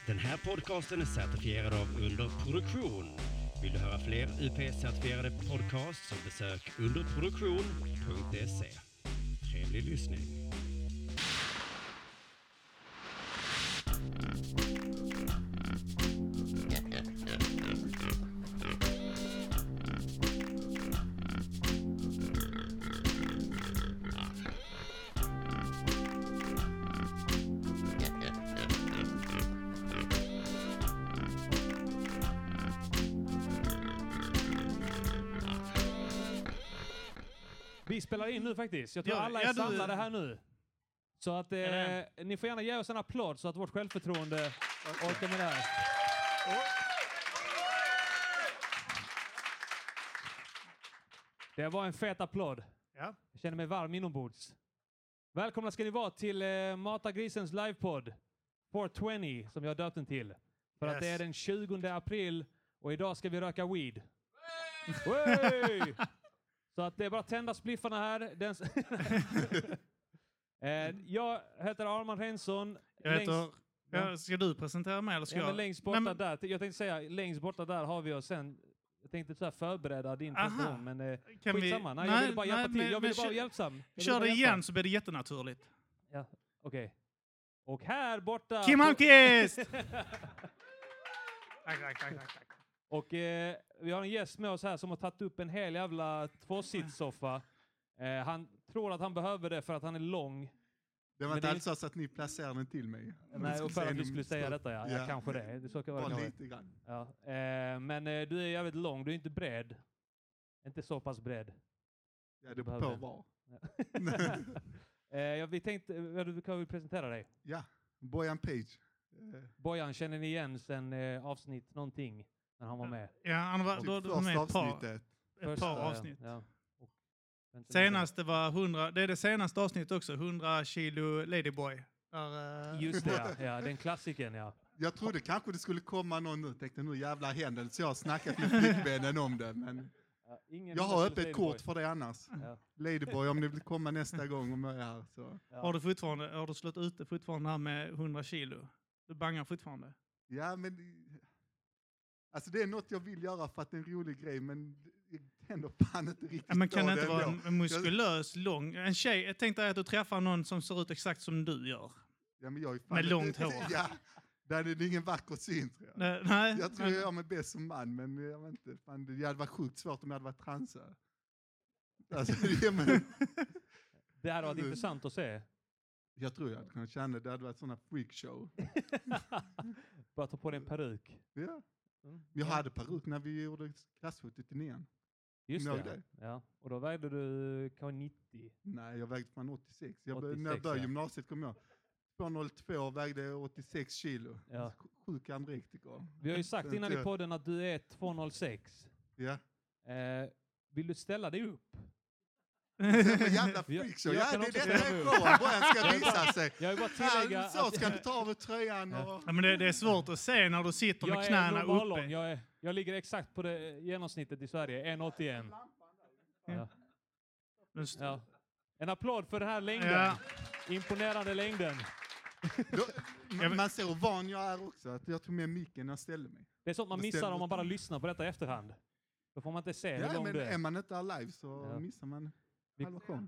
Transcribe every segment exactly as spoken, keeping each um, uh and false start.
Den här podcasten är certifierad av Underproduktion. Vill du höra fler U P S-certifierade podcasts så besök underproduktion punkt se. Trevlig lyssning. Vi spelar in nu faktiskt. Jag tror Ja, alla är ja, du- samlade här nu. Så att eh, ni får gärna ge oss en applåd så att vårt självförtroende orkar med det här. Det var en fet applåd. Ja. Jag känner mig varm inombords. Välkomna ska ni vara till eh, Mata Grisens livepodd four twenty som jag har döpt den till. För Yes. att det är den tjugonde april och idag ska vi röka weed. Wey! Så att det är bara att tända spliffarna här. Den s- eh, jag heter Arman Rensson. Jag heter... Ja, ska du presentera mig eller ska Ja, men jag? längst borta Nej, men- där. Jag tänkte säga, längst borta där har vi oss sen. Jag tänkte så här förbereda din Aha. prestation, men eh, Kan vi- skitsamma. Nej, jag Nej, ville bara hjälpa nej, till. men- Jag men ville bara kör- hjälpsam. Jag ville Kör bara det hjälpa. igen så blir det jättenaturligt. Ja, okej. Och här borta... Kim Almqvist! Tack, tack, tack, tack, tack. Och eh, vi har en gäst med oss här som har tagit upp en hel jävla tvåsitssoffa. Eh, han tror att han behöver det för att han är lång. Det var Men inte det är alls så att ni placerar den till mig. Nej, och för att vi skulle säga detta, ja. ja. Kanske det. Det så kan vara Bara kanske. lite grann. Ja. Eh, men eh, du är jävligt lång, du är inte bred. Inte så pass bred. Ja, det Behöver beror på det. var. eh, ja, vi tänkte, eh, du kan väl presentera dig. Ja, Bojan Page. Eh, Bojan känner ni igen sen eh, avsnitt någonting när han var med. Ja, han var, Typ då, då var med första ett par, avsnittet. ett Första, par ja, avsnitt. Ja. Och, vänta, Senaste var hundra, det är det senaste avsnittet också, hundra kilo Ladyboy. Där, eh, Just det, ja. ja. Den klassiken, ja. Jag trodde kanske det skulle komma någon nu. Tänkte nu jävla händer det. Så jag har snackat med flickvännen om det. Men ja ingen jag har Ladyboy. öppet kort för det annars. Ja. Ladyboy, om ni vill komma nästa gång om jag är här. Så. Ja. Har du fortfarande, har du slått ut det fortfarande här med hundra kilo? Du bangar fortfarande? Ja, men... Alltså det är något jag vill göra för att det är en rolig grej. Men det händer fan inte riktigt. Ja, men kan det bra inte vara ändå. en muskulös, lång... En tjej, jag tänkte att du träffar någon som ser ut exakt som du gör. Ja, men jag är fan Med långt hår. Ja, där är det ingen vacker syn tror jag. Nej, nej, Jag tror men- jag gör mig bäst som man, men jag vet inte. Fan, det hade varit sjukt svårt om jag hade varit transa. Alltså, ja, men, Det här har varit intressant att se. jag tror jag hade kunnat känna det. Det hade varit sådana freakshow. Bara ta på dig en peruk. Ja. Mm. Jag hade peruk när vi gjorde klassfotot i nian. Just Kommer det. du ihåg Ja. Och då vägde du kanske nittio. Nej, jag vägde fan åttiosex. Jag, började- när åttiosex, jag började ja. gymnasiet kom jag. två noll två vägde åttiosex kilo. Ja. Sjuk anorektiker. Vi har ju sagt innan i podden att du är två noll sex. Ja. Eh, vill du ställa dig upp? Det är en jävla Jag- freakshow. jag Ja, kan det är också detta ställa är mig upp. showen. Början ska visa sig. Jag vill bara tillägga Ja, så att ska du ta av tröjan och... Ja, men det, det är svårt att se när du sitter med jag är knäna normallång. uppe. Jag, är, jag ligger exakt på det genomsnittet i Sverige. en åttioen. Ja. Just- Ja. En applåd för den här längden. Ja. Imponerande längden. Då, man, man ser hur van jag är också. Att jag tog med micken när jag ställde mig. Det är sånt man Jag missar ställer- om man bara lyssnar på detta i efterhand. Då får man inte se hur Ja, lång men du är är. man inte live så Ja. missar man Vi- halva showen.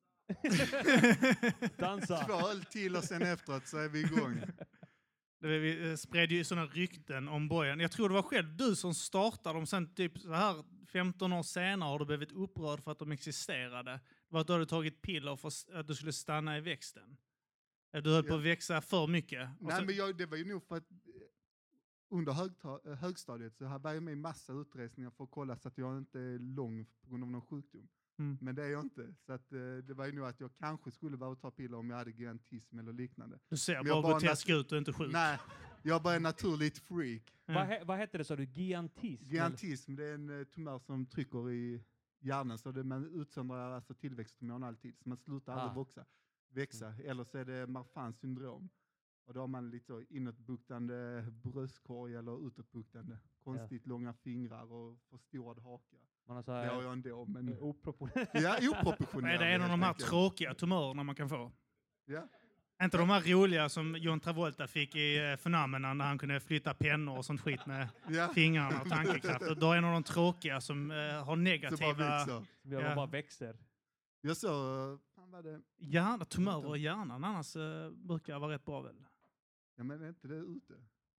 Dansa. Två öl till och sen efteråt så är vi igång. Det, vi eh, spred ju sådana rykten om Bojan. Jag tror det var själv du som startade dem. Sen typ så här femton år senare har du blivit upprörd för att de existerade. Det var att du hade tagit piller för s- att du skulle stanna i växten. Du höll på Ja. att växa för mycket. Och Nej, så- men jag, det var ju nog för att eh, under högta, högstadiet så var jag med i massa utresningar för att kolla så att jag inte är lång på grund av någon sjukdom. Mm. Men det är jag inte. Så att, eh, det var ju nog att jag kanske skulle behöva ta piller om jag hade gigantism eller liknande. Du ser Men jag bara bara grotesk ut och inte sjuk. Nej, jag bara är naturligt freak. Ja. Vad, he- vad hette det, sa du? Giantism? Gigantism, det är en uh, tumör som trycker i hjärnan så det, man utsöndrar alltså tillväxthormon alltid. Så man slutar aldrig Ah. växa. växa. Eller så är det Marfans syndrom. Och då har man lite så inåtbuktande bröstkorg eller utåtbuktande. Konstigt långa fingrar och förstorad haka. Man har så Det har här, jag ändå, men... oproportionerligt. Ja, oproportionerligt. Är det en av de här helt enkelt. tråkiga tumörerna man kan få? Ja. Inte de här roliga som John Travolta fick i Phenomena när han kunde flytta pennor och sånt skit med Ja. fingrarna och tankekraft. Då är en av de tråkiga som uh, har Så bara negativa växer. Som gör Ja. man bara växer. Jag såg, fan var det, hjärna, tumörer i hjärnan. Annars uh, brukar jag vara rätt bra väl. ja men är inte det ute?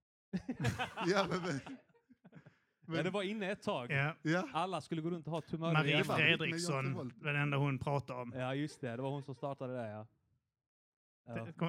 ja, men, men, Ja, det var inne ett tag. Ja. ja. Alla skulle gå runt och ha tumörer i Marie hjärnan. Fred- Fredriksson, den enda hon pratar om. Ja, just det. Det var hon som startade det, ja. ja. Kom-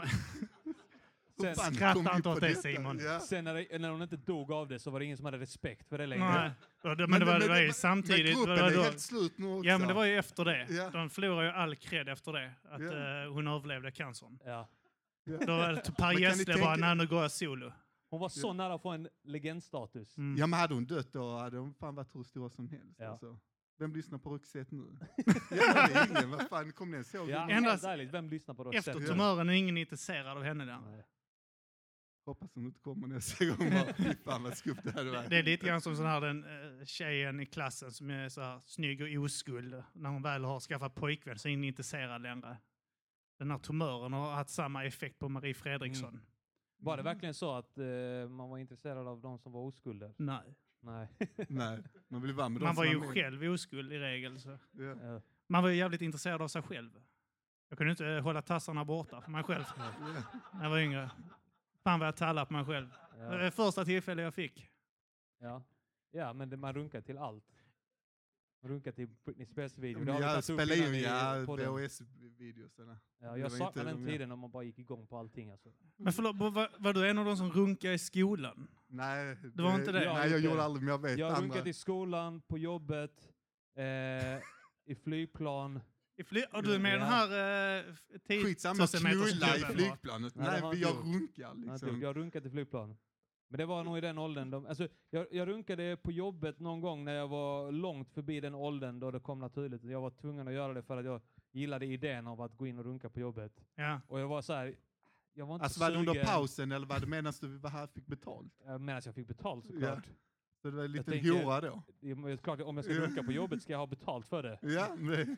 Sen, Fan, Skratta kom vi inte på åt det, detta? Simon. Ja. sen när, det, när hon inte dog av det så var det ingen som hade respekt för det längre. Nej. Och det- Men det var, det var ju samtidigt... Men gruppen det var är då- helt slut nu också. Ja, men det var ju efter det. Ja. De förlorade ju all cred efter det. Att Ja. eh, hon överlevde cancern. Ja. Då var det typ Per Men kan ni Gessle tänka- bara, nej nu går jag solo. Hon var så nära att få en legendstatus. Mm. Ja, men hade hon dött då hade hon fan varit hur stor som helst. Ja. Alltså. Vem lyssnar på Roxette nu? ja, men det är ingen. Vad fan, kom den såg? Ja, Ja. Endast- helt ärligt, vem lyssnar på Efter Roxette? tumören är ingen intresserad av henne där. Nej. Hoppas hon inte kommer nästa gång. Bara, fy fan vad skumt det hade varit. Det är lite grann som sån här den uh, tjejen i klassen som är så här snygg och oskuld. När hon väl har skaffat pojkvän så är ingen intresserad längre. Den här tumören har haft samma effekt på Marie Fredriksson. Mm. Var det verkligen så att eh, man var intresserad av de som var oskulder? Nej. Nej. Nej, man vill vara med dem Man var som ju med. själv oskuld i regel. Så. Ja. Ja. Man var ju jävligt intresserad av sig själv. Jag kunde inte hålla tassarna borta för mig själv när jag var yngre. Fan vad jag tallade på mig själv. Det var Ja. det första tillfället jag fick. Ja. Ja, men det, man runkar till allt. Man runkar till Britney Spears-video. Det Men har vi jag tagit upp spelar innan ju i ja, podden. V H S-videosarna. Ja, Det jag var saknar inte den de- tiden när man bara gick igång på allting. Alltså. Men förlåt, var, var du en av de som runkade i skolan? Nej, Det var inte det? Ja, Nej, jag inte. gjorde aldrig, men jag vet Jag har andra. runkat i skolan, på jobbet, eh, i flygplan. I fly- och du är med Ja. den här eh, tio Skitsamma, tusen meters knulla i klubben, va? flygplanet. Nej, det Nej, har vi jag jag inte gjort. runkar Jag har inte gjort. liksom. Jag har runkat i flygplan. Men det var nog i den åldern. De, alltså, jag, jag runkade på jobbet någon gång när jag var långt förbi den åldern då det kom naturligt. Jag var tvungen att göra det för att jag gillade idén av att gå in och runka på jobbet. Ja. Och jag var så här, jag var inte Alltså var det under sugen. pausen eller var det medan du var här fick betalt? Eh, Medan jag fick betalt såklart. Så det var en liten tänker- hora då? Det är klart, om jag ska Ja. runka på jobbet ska jag ha betalt för det. Ja, men,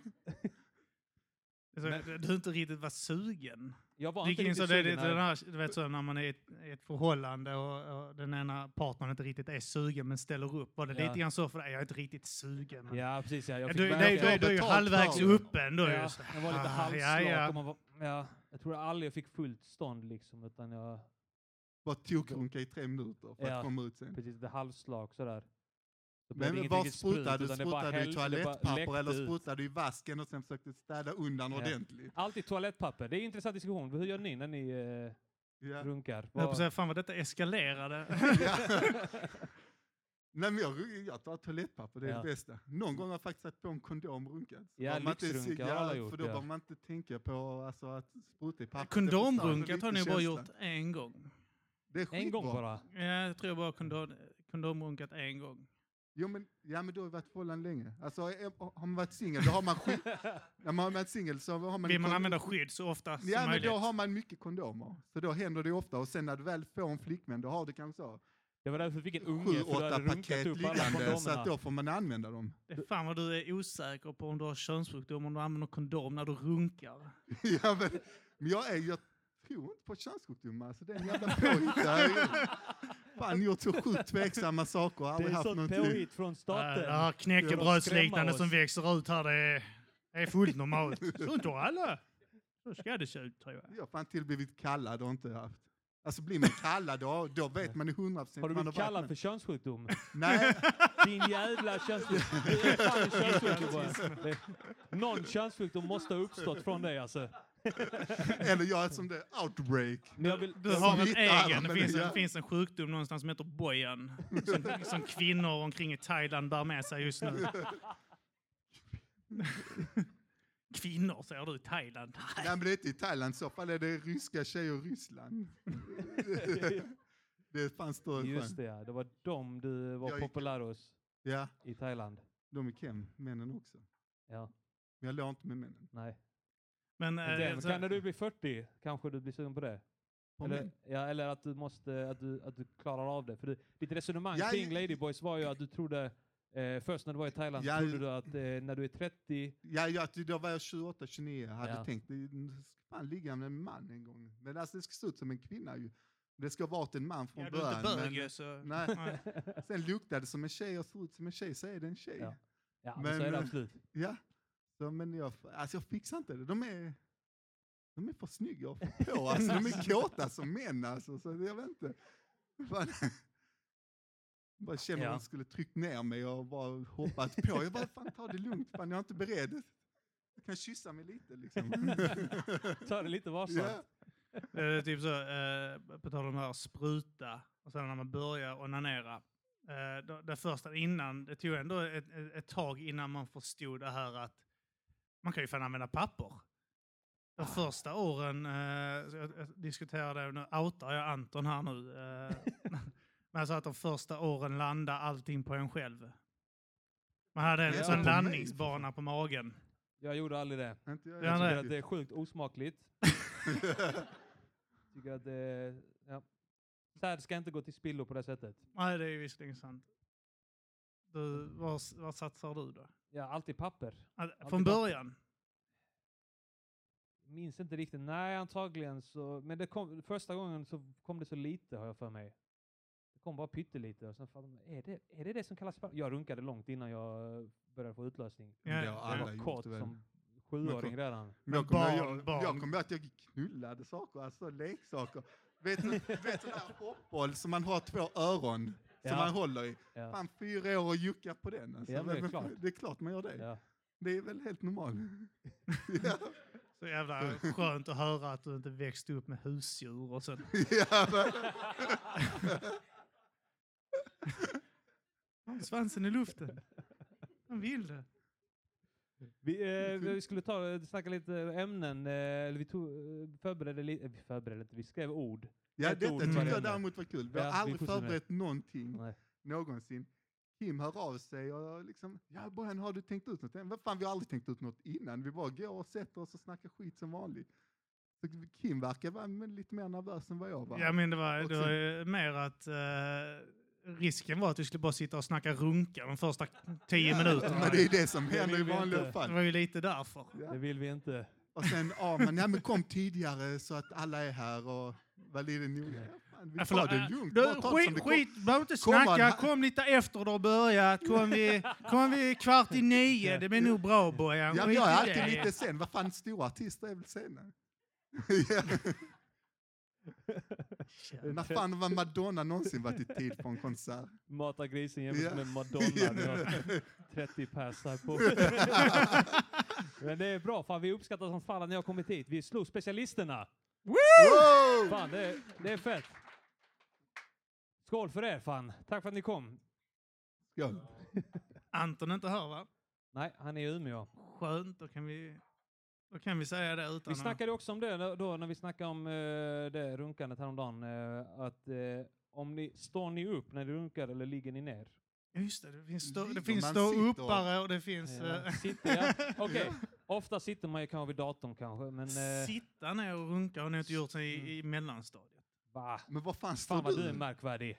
Så, Men- du inte riktigt var sugen. Jag var Det inte gick in så riktigt det, sugen. det, det nej. där, du vet så när man är i ett, i ett förhållande och, och den ena partnern inte riktigt är sugen men ställer upp. Var det Ja. lite grann så för dig? Jag är inte riktigt sugen. Men... Ja, precis. Ja. Jag Ja, fick du, börja- det, du, du är ju betalt halvvägs för det. uppe ändå. Ja, ju, så. jag var lite Ah, halvslak. ja, ja. Och man var, ja, jag tror aldrig jag fick fullt stånd liksom, utan jag bara tokrunka i tre minuter för Ja. att komma ut sen. precis lite halvslak sådär. Så blev det Men inget var riktigt sprut, sprutade du? utan det bara Sprutade du i hällde- det bara toalettpapper eller läckte ut. sprutade du i vasken och sen försökte städa undan Ja. ordentligt? Alltid toalettpapper. Det är en intressant diskussion. Hur gör ni när ni eh, Ja. runkar? Jag höll på att säga, fan vad detta eskalerade. Ja. Nej, men jag, jag tar toalettpapper, det är Ja. det bästa. Någon gång har jag faktiskt satt på en kondom runkat. Ja, Har man inte- lyxrunka har alla gjort, För då ja. behöver man inte tänka på alltså, att spruta i papper. Kondomrunkat har ni bara gjort en gång. Det är En gång skitbra. bara. Ja, jag tror jag bara kondom, kondomrunkat en gång. Jo, men, ja, men då har vi varit förhållande länge. Alltså, är- har man varit singel, då har man skydd. När man har varit singel så har man... Vill man kon- använda skydd så ofta som Ja, men möjligt. då har man mycket kondomer. Så då händer det ofta. Och sen när du väl får en flickvän, då har du kanske så Det var därför du fick en unge, sju, för du åtta hade runkat paket upp alla liggande. Så att kondomerna. då får man använda dem. Det är fan vad du är osäker på om du har könssjukdom, om du använder kondom när du runkar. ja, men, men jag, är, jag tror inte på könssjukdomar. Så det är en jävla påhitt. Jag har fan gjort så sjukt tveksamma saker. Det Aldrig är haft sånt någonting. påhitt från Det staten. här knäckebrödsliknande Skrämma som oss. växer ut här, det är, det är fullt normalt. Så inte alla. Så ska det se ut, tror jag. Jag har fan till blivit kallad och inte haft. Alltså blir man kallad då, då vet man i hundra procent Har du man blivit varit kallad med. för könssjukdom? Nej, Din jävla könssjukdom. Du är fan en könssjukdom bara. Det- Någon könssjukdom måste ha uppstått från dig alltså. eller jag är som det outbreak. Men jag vill, Du har en Smittar alla, egen. Det men finns en, ja. finns en sjukdom någonstans som heter bojan. Som, som kvinnor omkring i Thailand bär med sig just nu. Kvinnor säger du i Thailand? Nej, men det är inte i Thailand, i så fall är det ryska tjejer i Ryssland. det är fan större just chans. det, ja. Det var de du var Jag gick- populär hos Ja, i Thailand. de är Kem, männen också. Ja, Men jag låg inte med männen. nej. Men, Men eh, det, så- kan när du blir fyrtio kanske du blir sugen på det? På Eller, män. ja, eller att du måste, att du, att du klarar av det. För du, ditt resonemang Ja, kring ja. Ladyboys var ju att du trodde Eh, först när du var i Thailand Ja, så trodde du att eh, när du är trettio... Ja, ja, då var jag tjugoåtta tjugonio. Jag hade Ja. tänkt, det ska fan ligga med en man en gång. Men alltså det ska se ut som en kvinna ju. Det ska vara en man från Ja, du är början. inte bög men- ju, så... Nej. Nej. Sen luktar det som en tjej och ser ut som en tjej, så är det en tjej. Ja. Ja, men, Men, så är det eh, absolut. Ja. Så, men jag, alltså jag fixar inte det. De är, de är för snygga att få på. Alltså, de är kåta som män. Alltså, så jag vet inte. Fan. Jag bara känner Ja. att de skulle tryckt ner mig och bara hoppat på. Jag bara, fan ta det lugnt. Fan, jag är inte beredd. Du kan kyssa mig lite liksom. Ta det lite varsamt. Ja. Det är typ så, eh, på tal om det här spruta, och sen när man börjar onanera. Eh, då, det första innan, det tog ändå ett, ett, ett tag innan man förstod det här att man kan ju fan använda papper. De första åren, eh, så jag, jag diskuterade, nu outar jag Anton här nu, eh, men jag sa att de första åren landade allting på en själv. Man hade en Ja, sån på mig. landningsbana på magen. Jag gjorde aldrig det. Inte jag, Ja, Jag nej. tycker att det är sjukt osmakligt. Tycker att det... Ja. Säd ska inte gå till spillo på det sättet. Nej, det är visserligen sant. Du, vad, vad satsar du då? Ja, alltid papper. Att- Från början? Minns inte riktigt. Nej, antagligen så... Men det kom, första gången så kom det så lite, har jag för mig. Det kom bara pyttelite. Och sen fan, är, det, är det det som kallas papper? Jag runkade långt innan jag började få utlösning. Ja, Det har ja. Jag alla var gjort kort väl. som sjuåring redan. Men jag Barn, kommer jag, barn. jag kommer att jag knullade saker, alltså leksaker. Vet du, vet du den här hoppboll som man har två öron som Ja. man håller i? Ja. Fan, fyra år och jucka på den. Alltså. Ja, men det är klart. det är klart man gör det. Ja. Det är väl helt normalt. ja. Så jävla skönt att höra att du inte växte upp med husdjur och sen... ja, men, Svansen i luften. Han vill det. Vi, eh, vi skulle ta, snacka lite ämnen. Eh, vi tog, eh, förberedde lite, vi förberedde inte, vi skrev ord. ja, Ett detta ord tyckte varje jag ämne. däremot var kul. Vi har Ja, vi aldrig fortsätter med förberett någonting Nej. någonsin. Kim hör av sig och liksom, ja Bojan, har du tänkt ut något? Vad fan, vi har aldrig tänkt ut något innan. Vi bara går och sätter oss och snackar skit som vanligt. Så Kim verkar vara lite mer nervös än vad jag var. Ja, men det var, Och det var ju mer att eh, risken var att vi skulle bara sitta och snacka runka de första tio Ja, minuterna. Men det är det som Det händer i vill vi vanliga inte. Det fall. var ju lite därför. Ja. Det vill vi inte. Och sen, ja men, ja men kom tidigare så att alla är här och var lite noga. Ja, fan, vi Ja, tar förlåt, det äh, lugnt. du, Bara ta det som skit, det kom. skit, behöver inte Kom man snacka. här- Kom lite efter du har börjat. Kom vi, kom vi kvart i nio. Det blir nog bra, Bojan. Ja, men Skit jag är i alltid det. lite sen. Vad fan, stora artister är väl senare? ja. När fan var Madonna någonsin varit i tid på en konsert? Mata grisen jämfört Ja. med Madonna. Vi har trettio pers här på. Men det är bra, fan vi uppskattar som fan att ni har kommit hit. Vi slog specialisterna. Wow! Fan, det är, det är fett. Skål för er fan. Tack för att ni kom. Skål. Anton är inte här, va? Nej, han är i Umeå. Skönt, då kan vi, då kan vi säga det utan Vi snackade också om det då, då när vi snackade om eh, det runkandet häromdagen. Uh, att eh, om ni, står ni upp när ni runkar eller ligger ni ner? Ja, just det, det finns stå, det Ligger finns man stå sitter uppare och det finns... Ja, eh, sitter, ja. Okej, ofta sitter man ju kanske vid datorn kanske, men eh, sitta ner och runka har ni inte gjort sig i, i mellanstadiet. va? Men vad fan står Fan vad du? du är märkvärdig.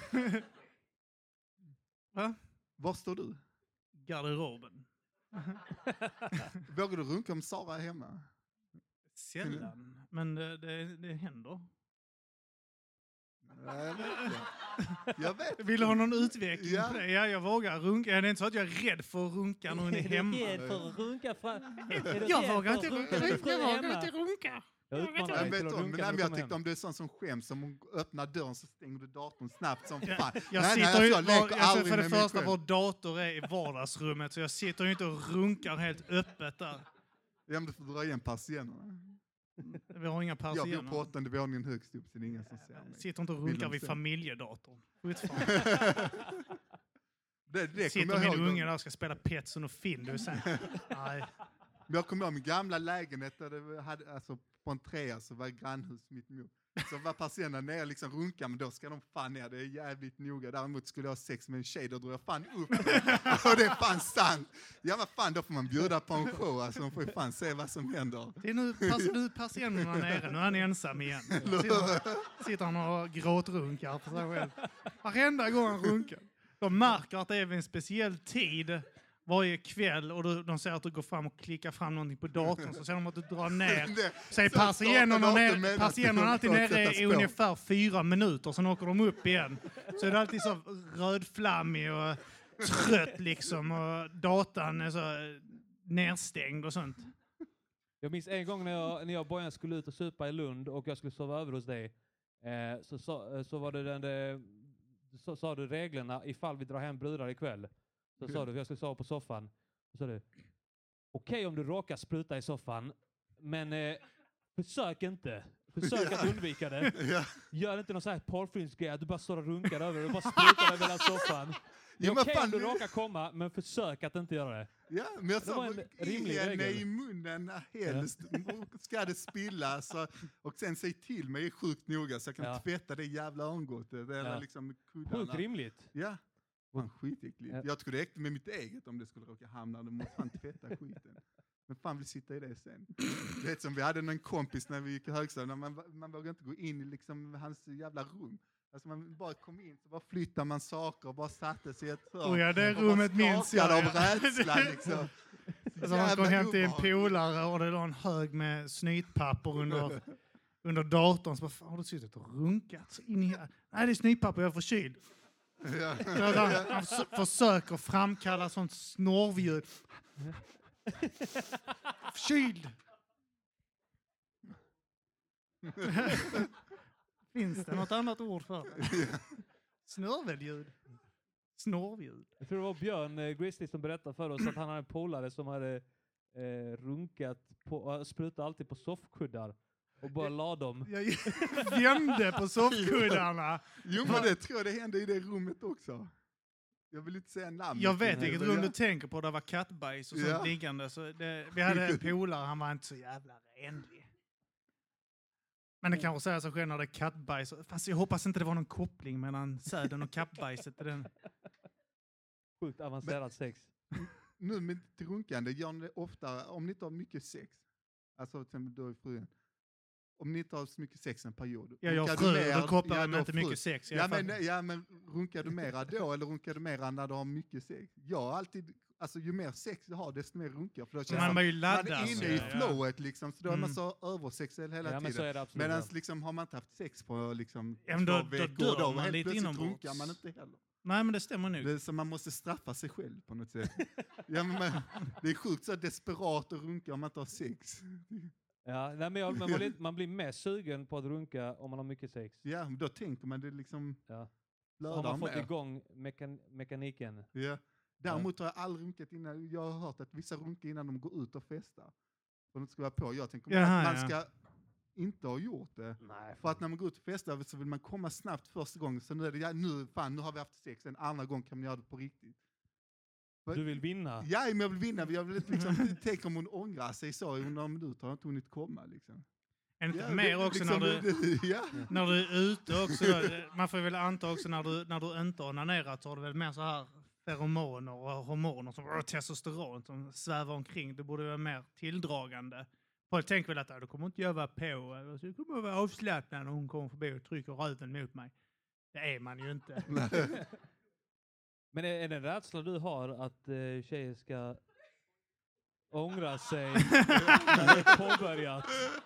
Va? Var står du? Garderoben. Vågar du runka om Sara är hemma? Sällan, men det, det, det händer. Nej, jag vet inte. Jag vet. Vill du ha någon utveckling Ja. på det? Ja, jag vågar runka. Det är inte så att jag är rädd för att runka när hon är hemma. för att runka fram? Jag vågar inte runka. Jag vågar inte runka. Jag utmanar Jag dig vet till att om, runka men när du jag kommer tyckte hem. om du är sån som skäms, om hon öppnar dörren så stänger du datorn snabbt som Ja, fan. Jag nej, sitter nej, ju, jag leker alltså, aldrig för det med mig första, själv. vår dator är i vardagsrummet, så jag sitter ju inte och runkar helt öppet där. Ja, men du får dra igen persiennerna. Vi har inga Jag bor på persienner. åttonde våningen högst upp så det är ingen som ser mig. Sitter inte och Vill runkar de vid se? familjedatorn. Fortfarande. det, det Sitter kommer jag min ihåg. unge där och ska spela Petson och Findus sen. Nej. Men jag kommer ihåg min gamla lägenhet där det hade, alltså på en trea så var grannhus mitt emot. Så var patienten ner liksom runka, men då ska de fan ner, det är jävligt noga. Däremot skulle jag ha sex med en tjej, då drog jag fan upp det. Och det är fan sant. Ja men fan, då får man bjuda på en show, alltså de får ju fan se vad som händer. Det är nu, pass, nu patienterna nere, nu är han ensam igen. Sitter, sitter han och gråtrunkar för sig själv. Varenda gång han runkar. De märker att det är vid en speciell tid varje kväll och du, de säger att du går fram och klickar fram någonting på datorn så säger de att du drar ner. Så är persiennerna ner, persiennerna alltid nere i ungefär fyra minuter, sen åker de upp igen. Så är det alltid så rödflammig och trött liksom och datan är så nedstängd och sånt. Jag minns en gång när jag, när jag och Bojan skulle ut och supa i Lund och jag skulle sova över hos dig. Eh, så, så, så var det den där, så sa du reglerna ifall vi drar hem brudar ikväll. Så mm. sa du, jag skulle sova på soffan. Så sa du, okej okay, om du råkar spruta i soffan, men eh, försök inte. Försök att undvika det. Ja. Gör inte någon sån här porrfilmsgrej att du bara står och runkar över och bara sprutar över hela soffan. Det är okej okay om du råkar komma, men försök att inte göra det. Ja, men jag sa, igen i munnen helst ska det spilla så, och sen säg till mig sjukt noga så jag kan ja. tvätta det jävla örngottet. Eller ja. liksom kuddarna. Sjukt rimligt. Ja, fan skitäckligt. Ja. Jag skulle räkna med mitt eget om det skulle råka hamna. Då måste fan tvätta skiten. Men fan vill sitta i det sen. Det är som vi hade någon kompis när vi gick i högstadiet. Man, man vågade inte gå in i liksom hans jävla rum. Alltså man bara kom in så bara flyttar man saker och bara satte sig i ett hörn. Oh ja, det rummet minns jag. Av rädsla liksom. Alltså man kom hem till en polare och det var en hög med snytpapper under, under datorn. Så bara, har du suttit och runkat? Så in i här. Nej, det är snytpapper, jag är förkyld. Ja. Han, han försöker framkalla sånt snorvljud. Förkyld! Finns det något annat ord för det? Snörvelljud. Snorvljud. Jag tror det var Björn eh, Grizzly som berättade för oss att han hade en polare som hade eh, runkat på, äh, sprutat alltid på soffkuddar och bara la dem. Jag vände på soffkuddarna. Jo, men det tror jag det hände i det rummet också. Jag vill inte säga namn. Jag vet vilket rum du tänker på. Det var kattbajs och sånt ja. liggande. Så det, vi hade en polare, han var inte så jävla renlig. Men det kanske säger sig själv när det är kattbajs. Fast jag hoppas inte det var någon koppling mellan säden och kattbajset. Den. Sjukt avancerat sex. Nu med drunkande gör ni det ofta, om ni inte har mycket sex. Alltså till exempel då är frun. Om ni inte har så mycket sex en period. Ja, jag har fru, då kopplar jag ja, inte fru. mycket sex. Ja men, ja, men runkar du mera då eller runkar du mera när du har mycket sex? Jag har alltid, alltså ju mer sex du har desto mer runkar. För då känns man, man, ju laddad, man är inne i flowet liksom, så då mm. är man så översexuell hela ja, tiden. Men medan liksom, har man inte haft sex på liksom, ja, då, två veckor, då, då, då helt plötsligt inombords. runkar man inte heller. Nej, men det stämmer nu. Det är så man måste straffa sig själv på något sätt. Ja, men, det är sjukt så desperat att runka om man inte har sex. Ja, nej, men jag, man, blir, man blir mer sugen på att runka om man har mycket sex. Ja, men då tänker man det liksom... Ja. Har man fått med. igång mekan, mekaniken. Ja. Däremot ja. har jag aldrig runkat innan. Jag har hört att vissa runkar innan de går ut och festar. Och de ska vara på. Jag tänker Jaha, att man ska ja. inte ha gjort det. Nej, för att när man går ut och festar så vill man komma snabbt första gången. Så nu är det, ja, nu, fan, nu har vi haft sex. En andra gång kan man göra det på riktigt. Du vill vinna? Ja, men jag vill vinna. Jag vill liksom, tänk om hon ångrar sig så under några minuter har inte hunnit komma. Liksom. Inte ja, mer också liksom, när, du, ja. när du är ute också. Då, man får väl anta också när du, när du inte har onanerat så har du väl mer så här feromoner och hormoner som och testosteron som svävar omkring. Det borde vara mer tilldragande. Folk tänker väl att då kommer inte jag vara på. Eller så kommer jag vara avslappnad när hon kommer förbi och trycker röven mot mig. Det är man ju inte. Men är, är det en rädsla du har att eh, tjejer ska ångra sig när det är påbörjat?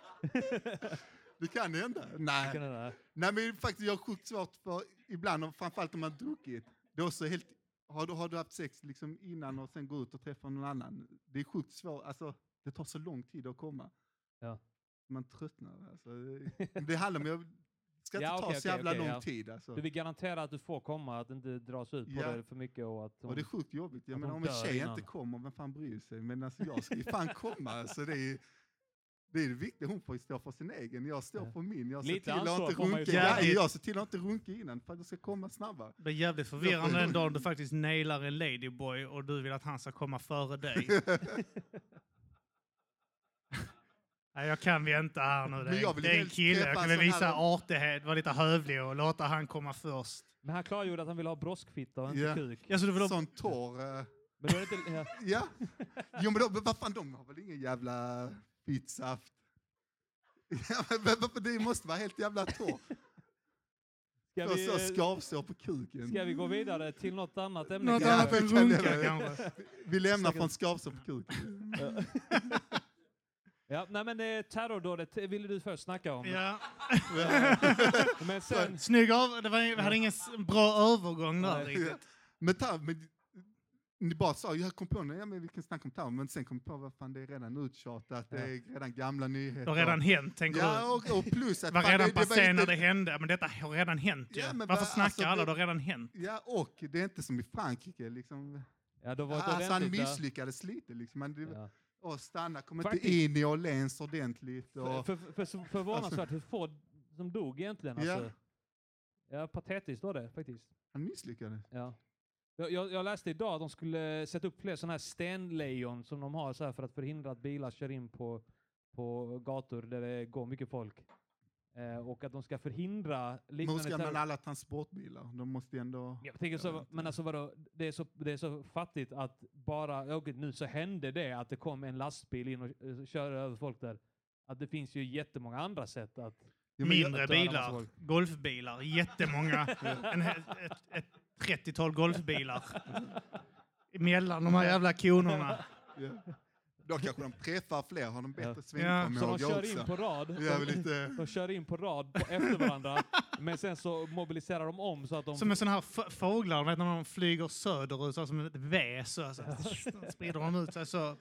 Det kan hända. Nej. Det kan hända. Nej, men faktiskt jag har sjukt svårt för ibland, och framförallt om man har druckit. Då så helt, har, du, har du haft sex liksom innan och sen gå ut och träffa någon annan? Det är sjukt svårt. Alltså, det tar så lång tid att komma. Ja. Man tröttnar. Alltså, det, det handlar om... Jag, ska inte ja, ta okay, så jävla okay, lång ja. tid. Alltså. Du vill garantera att du får komma, att det inte dras ut på ja. det för mycket. Och, att hon, och det är sjukt jobbigt. Jag menar, om en tjej innan. inte kommer, vem fan bryr sig? Men alltså, jag ska ju fan komma. Alltså, det är det är det viktiga. Hon får stå för sin egen. Jag står ja. för min. Jag ser Lite till att inte runka. Ja, jag ser till att inte runka innan för att det ska komma snabbare. Det är jävligt förvirrande den dagen du faktiskt nailar en ladyboy och du vill att han ska komma före dig. Nej, jag kan vänta här nu. Det är, det är en kille. Jag kan väl visa här... artighet, vara lite hövlig och låta han komma först. Men han klargjorde att han vill ha broskfitta och inte yeah. kuk. Ja, så du vill ha... Sån torr... Uh... Men då är det inte... Ja. ja. Jo, men då, vad fan, de har väl ingen jävla fitsaft. Ja, men det måste vara helt jävla torr. Ska Får vi, så skavsår på kuken. ska vi gå vidare till något annat ämne? Något Ja, annat än vi kan runka lämna- kanske. Vi lämnar från skavsår på kuken. Ja, nej men det terrordådet ville du först snacka om. Ja. Men sen... Snygg av, det var, vi hade ingen s- bra övergång där Nej. riktigt. Men, ta, men ni bara sa, jag kom på, ja, men vi kan snacka om terror, men sen kom jag på, vad fan, det är redan uttjatat, det är redan gamla nyheter. Det har redan hänt, tänker du. Ja, och, och plus att... Det var fan, redan det, det var passé när inte- det hände, men detta har redan hänt ju. Ja, men Varför va- snackar alltså, alla? det- Det har redan hänt. Ja, och det är inte som i Frankrike, liksom. Ja, då var det Alltså, han ordentligt där. misslyckades lite, liksom. Men det, Ja. och stanna, kom Faktiskt. inte in i Orléans ordentligt. För, Och, för, för, för, förvånansvärt hur få som dog egentligen. Ja. Alltså. Ja, patetiskt var det faktiskt. han misslyckades. Ja. Jag, jag, jag läste idag att de skulle sätta upp fler sådana här stenlejon som de har så här för att förhindra att bilar kör in på, på gator där det går mycket folk. Eh, och att de ska förhindra Men hur liknande... ska terror- man alla transportbilar? De måste ju ändå... Jag tänker så, men alltså vadå, det är så, det är så fattigt att bara, ja, okej, nu så hände det att det kom en lastbil in och uh, körde över folk där. Att det finns ju jättemånga andra sätt att... Ja, men jag- Mindre jag tror alla bilar, såg. golfbilar, jättemånga. en, ett, ett trettiotal golfbilar. Mellan de här jävla konorna. Ja. Då kanske de träffar fler, har de bättre Ja, Så de svängförmåga kör in också. på rad. Ja, men De, lite... de kör in på rad på, efter varandra. Men sen så mobiliserar de om så att de... Som en sån här f- fåglar, vet, när de flyger söderut, så som ett V, så, så sprider de ut sig så.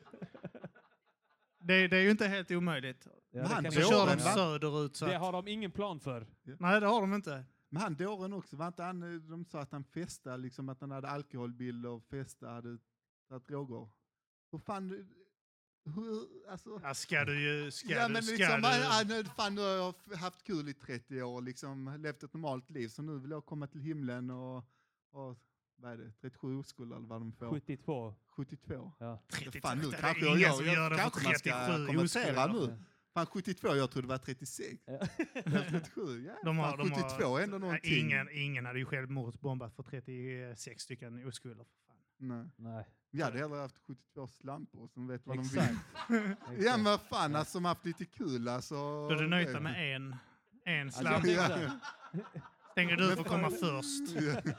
Det, det är ju inte helt omöjligt. Ja, Men det han kan Så vi kör göra. de va? söderut. Så Det att, har de ingen plan för. nej, det har de inte. Men han dåren också, var inte han, de sa att han festade, liksom att han hade alkoholbilder och festade, hade tagit droger. Hur fan, hur, alltså... Ja, ska du ju... Ska Ja, du, men ska liksom, du, han, han, fan, nu har jag haft kul i trettio år, liksom, levt ett normalt liv, så nu vill jag komma till himlen och, och vad är det, trettiosju oskulder eller vad de får? sjuttiotvå. sjuttiotvå. Ja. trettiotvå, Fan, nu det är kanske ingen jag, som jag, gör det jag för kanske man ska trettiosju kommentera oskulder. nu. Fan, sjuttiotvå, jag trodde det var trettiosex. Ja. trettiosju, ja. De har, fan, de har, sjuttiotvå är ändå nej, någonting. ingen, ingen hade ju självmordsbombat för trettiosex stycken oskulder. För fan. Nej. Nej. Jag hade hellre haft sjuttiotvå slampor som vet vad Exakt. de vill. Ja, Exakt. men vad fan, alltså, som haft lite kul alltså. Då är du nöjda med en, en Alltså, slamp. jag Ja. tänkte, Tänker du får komma först. Ja,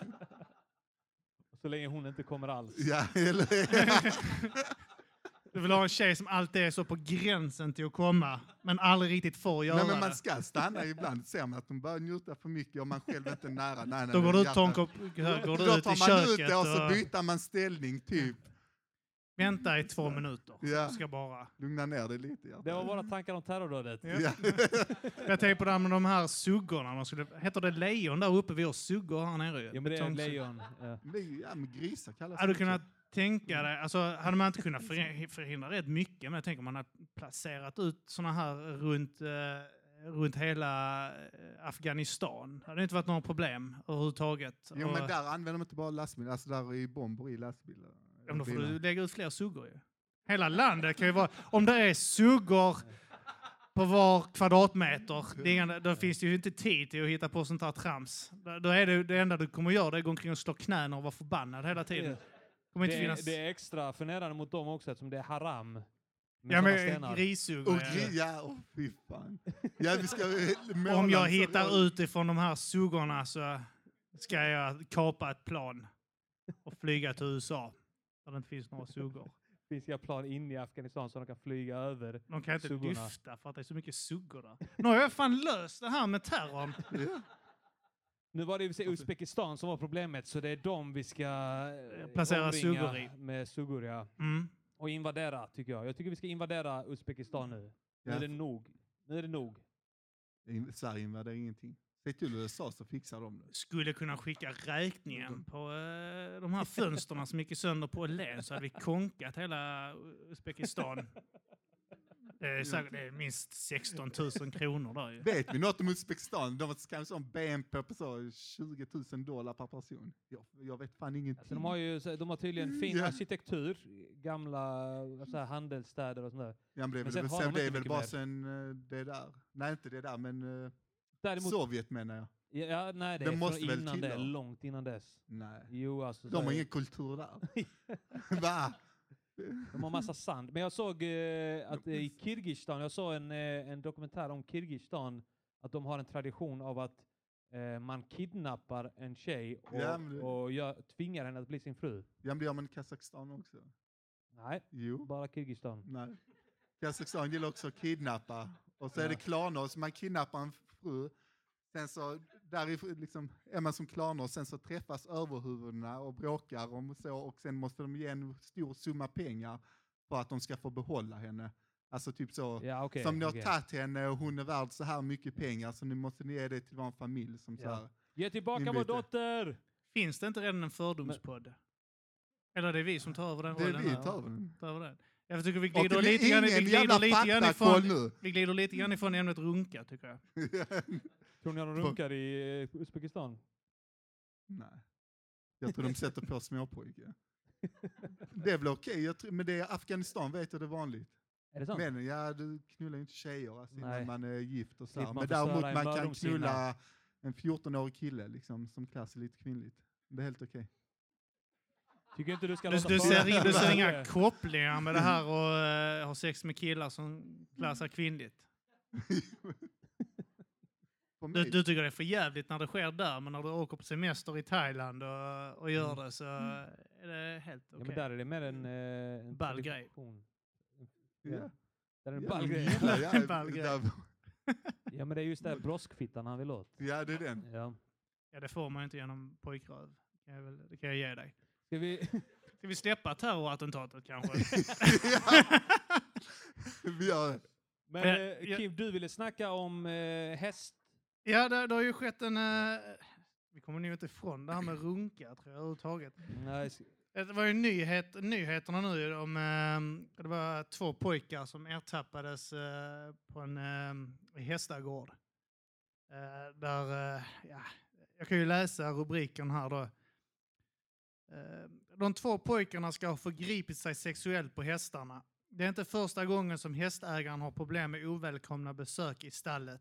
så länge hon inte kommer alls. ja, eller Du vill ha en tjej som alltid är så på gränsen till att komma, men aldrig riktigt får göra Nej, men det. man ska stanna ibland. Ser man att de börjar njuta för mycket och man själv inte är nära. Nej, nej, Då går nej, du ut, hjärtat- tar en kopp, går du Då ut i tar man ut köket det och så och byter man ställning, typ. väntar i två minuter. Ja. Ska bara. Lugna ner dig lite. hjärtat. Det var våra tankar om terrordådet. Ja. Ja. Jag tänker på det här med de här suggorna. De skulle, heter det lejon där uppe? Vi har suggor här nere ju. Ja, men det är en Betongsuggor. lejon. Ja. Men det är ju- ja, men grisar kallas Hade du det kunnat också. tänka dig, alltså hade man inte kunnat förhi- förhindra rätt mycket, men jag tänker man har placerat ut såna här runt, eh, runt hela eh, Afghanistan. Det hade inte varit några problem överhuvudtaget. Jo, Och- men där använder de inte bara lastbilar. Alltså där är ju bomber i lastbilar. Ja, men då får Bilar. du lägga ut fler suggor ju. Hela landet kan ju vara... Om det är suggor på var kvadratmeter, det är inga, då finns det ju inte tid till att hitta på sånt här trams. Då då är det, det enda du kommer göra det är att gå omkring och slå knäna och vara förbannad hela tiden. Kommer inte Det, finnas... är, det är extra förnedrande mot dem också eftersom det är haram. Med ja, såna men stenar. grissuggor. Och ja. gri- ja, åh fy fan. Ja, vi ska eh, måla Om jag så- hittar ut ifrån de här suggorna så ska jag kapa ett plan och flyga till U S A. Där det inte finns några suggor. Vi ska ha plan in i Afghanistan så de kan flyga över. De kan inte Suggorna. lyfta för att det är så mycket suggor där. Nu har jag fan löst det här med terrorn. Ja. Nu var det i och för sig Uzbekistan som var problemet så det är dem vi ska eh, Placera omringa suggor i. med suggor, ja. Mm. Och invadera tycker jag. Jag tycker vi ska invadera Uzbekistan nu. Nu Ja. är det nog. Nu är det nog. I Sverige invaderar ingenting. Säg till U S A så fixar de det. Skulle kunna skicka räkningen på eh, de här fönsterna som gick sönder på Åhléns så hade vi konkat hela Uzbekistan. Det är, säkert, det är minst sexton tusen kronor där ju. Vet vi något om Uzbekistan? De har kanske en B N P på så tjugo tusen dollar per person. Jag, jag vet fan ingenting. Alltså, de, har ju, så- de har tydligen fin Ja. arkitektur. Gamla så här, handelsstäder och sånt där. Ja, men det är Men väl, sen har sen, de det är inte väl mycket bara mer. sen eh, det där. Nej, inte det där, men eh, Däremot, Sovjet menar jag. ja, ja, nej, det Det är måste från väl innan det. tillhöra. Långt innan dess. Nej. Jo, alltså. så De har är- ingen kultur där. Va? De har massa sand. Men jag såg eh, att eh, i Kirgistan, jag såg en, eh, en dokumentär om Kirgistan, att de har en tradition av att eh, man kidnappar en tjej och, Ja, men det- och gör, tvingar henne att bli sin fru. Ja, men det gör man i Kazakstan också. Nej, Jo. bara Kirgistan. Nej. Kazakstan gillar också att kidnappa. Och så är Ja. det klaner, så man kidnappar en fru. Sen så där är, liksom, är man som klaner och sen så träffas överhuvudena och bråkar om så. Och sen måste de ge en stor summa pengar för att de ska få behålla henne. Alltså typ så. Ja, okej. som ni har okej. tagit henne och hon är värd så här mycket pengar så nu måste ni ge det till vår familj. Som så Ja. här. Ge tillbaka vår Inbyte. dotter! Finns det inte redan en fördomspodd? Eller är det vi som tar över den Det är rollen? vi här? tar den. Tar över den. Jag tycker vi Och glider det är lite grann, vi ingen glider jävla lite grann faktakoll ifrån, nu. vi glider lite grann ifrån ämnet runka, tycker jag. Tror ni att de runkar i eh, Uzbekistan? Nej. Jag tror de sätter på småpojkar. Det är väl okej, jag tror- men det är Afghanistan vet jag det är vanligt. Är det sant? Men ja, du knullar ju inte tjejer alltså, Nej. innan man är gift och så. Slipper här. man Men förstöra däremot en man kan mördomshinna. knulla en fjorton-årig kille liksom, som klär sig lite kvinnligt. Det är helt okej. Tycker inte du ska Du, låta du, föra- ser, du ser föra- inga kopplingar med det här och uh, ha sex med killar som klär sig kvinnligt. För Du, mig, du tycker det är för jävligt när det sker där, men när du åker på semester i Thailand och, och gör Mm. det så är det helt Ja, okej. men där är det mer en, eh, en Ball grej. tradition. ja. Där är det en Ja, ball de grej. gillar- ja, En ball grej. där- Ja, men det är just det här broskfittan han vill åt. Ja, det är den. Ja. Ja, det får man ju inte genom pojkröv. Kan jag väl, det kan jag ge dig. Ska vi... Ska vi släppa terrorattentatet kanske? Ja. Vi gör det. Men Eh, eh, jag- Kim, du ville snacka om eh, häst. Ja, det, det har ju skett en... eh, vi kommer nog inte ifrån det här med runka, tror jag, överhuvudtaget. Nej, s- Det var ju nyhet, nyheterna nu om... eh, det var två pojkar som ertappades eh, på en eh, hästagård. Eh, där, eh, ja, jag kan ju läsa rubriken här då. Eh, de två pojkarna ska ha förgripit sig sexuellt på hästarna. Det är inte första gången som hästägaren har problem med ovälkomna besök i stallet.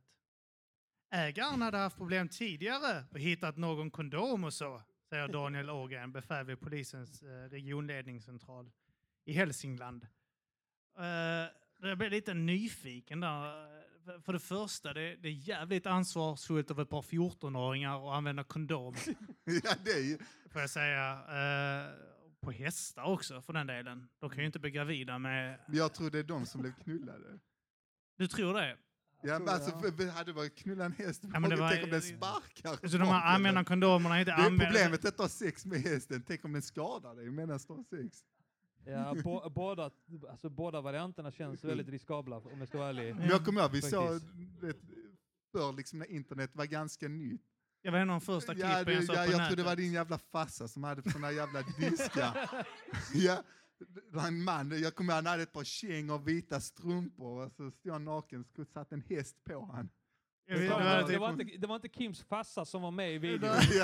Ägaren hade haft problem tidigare och hittat någon kondom och så, säger Daniel Ågren, befäl vid polisens eh, regionledningscentral i Hälsingland. Eh, jag blev lite nyfiken där. För- För det första, det, det är jävligt ansvarsfullt av ett par fjortonåringar att använda kondom, Ja, det är ju... får jag säga. Eh, på hästar också, för den delen. De kan ju inte bli gravida med... Jag tror det är de som blev knullade. Du tror det? Ja, men tror alltså, jag. för, hade det varit knulla en häst, Ja, men det var- tänk om den sparkar. Så de här använder kondomerna inte Det är använder... problemet att ha sex med hästen. Tänk om den skadar dig medan du har sex. ja, bo, båda, alltså, båda varianterna känns väldigt riskabla, om jag ska vara ärlig. Men jag kommer ihåg, vi såg Faktiskt. vet, för liksom när internet var ganska nytt. Jag var en av de första klippen Ja, det, jag såg ja, på jag nätet. tror det var din jävla farsa som hade såna jävla diskar. Ja, det var en man, jag kommer ihåg, han hade ett par kängor och vita strumpor och så stod han naken och satt en häst på han. Jag vet- Det det var, var det, typ- var inte, det var inte Kims farsa som var med i videon. Ja.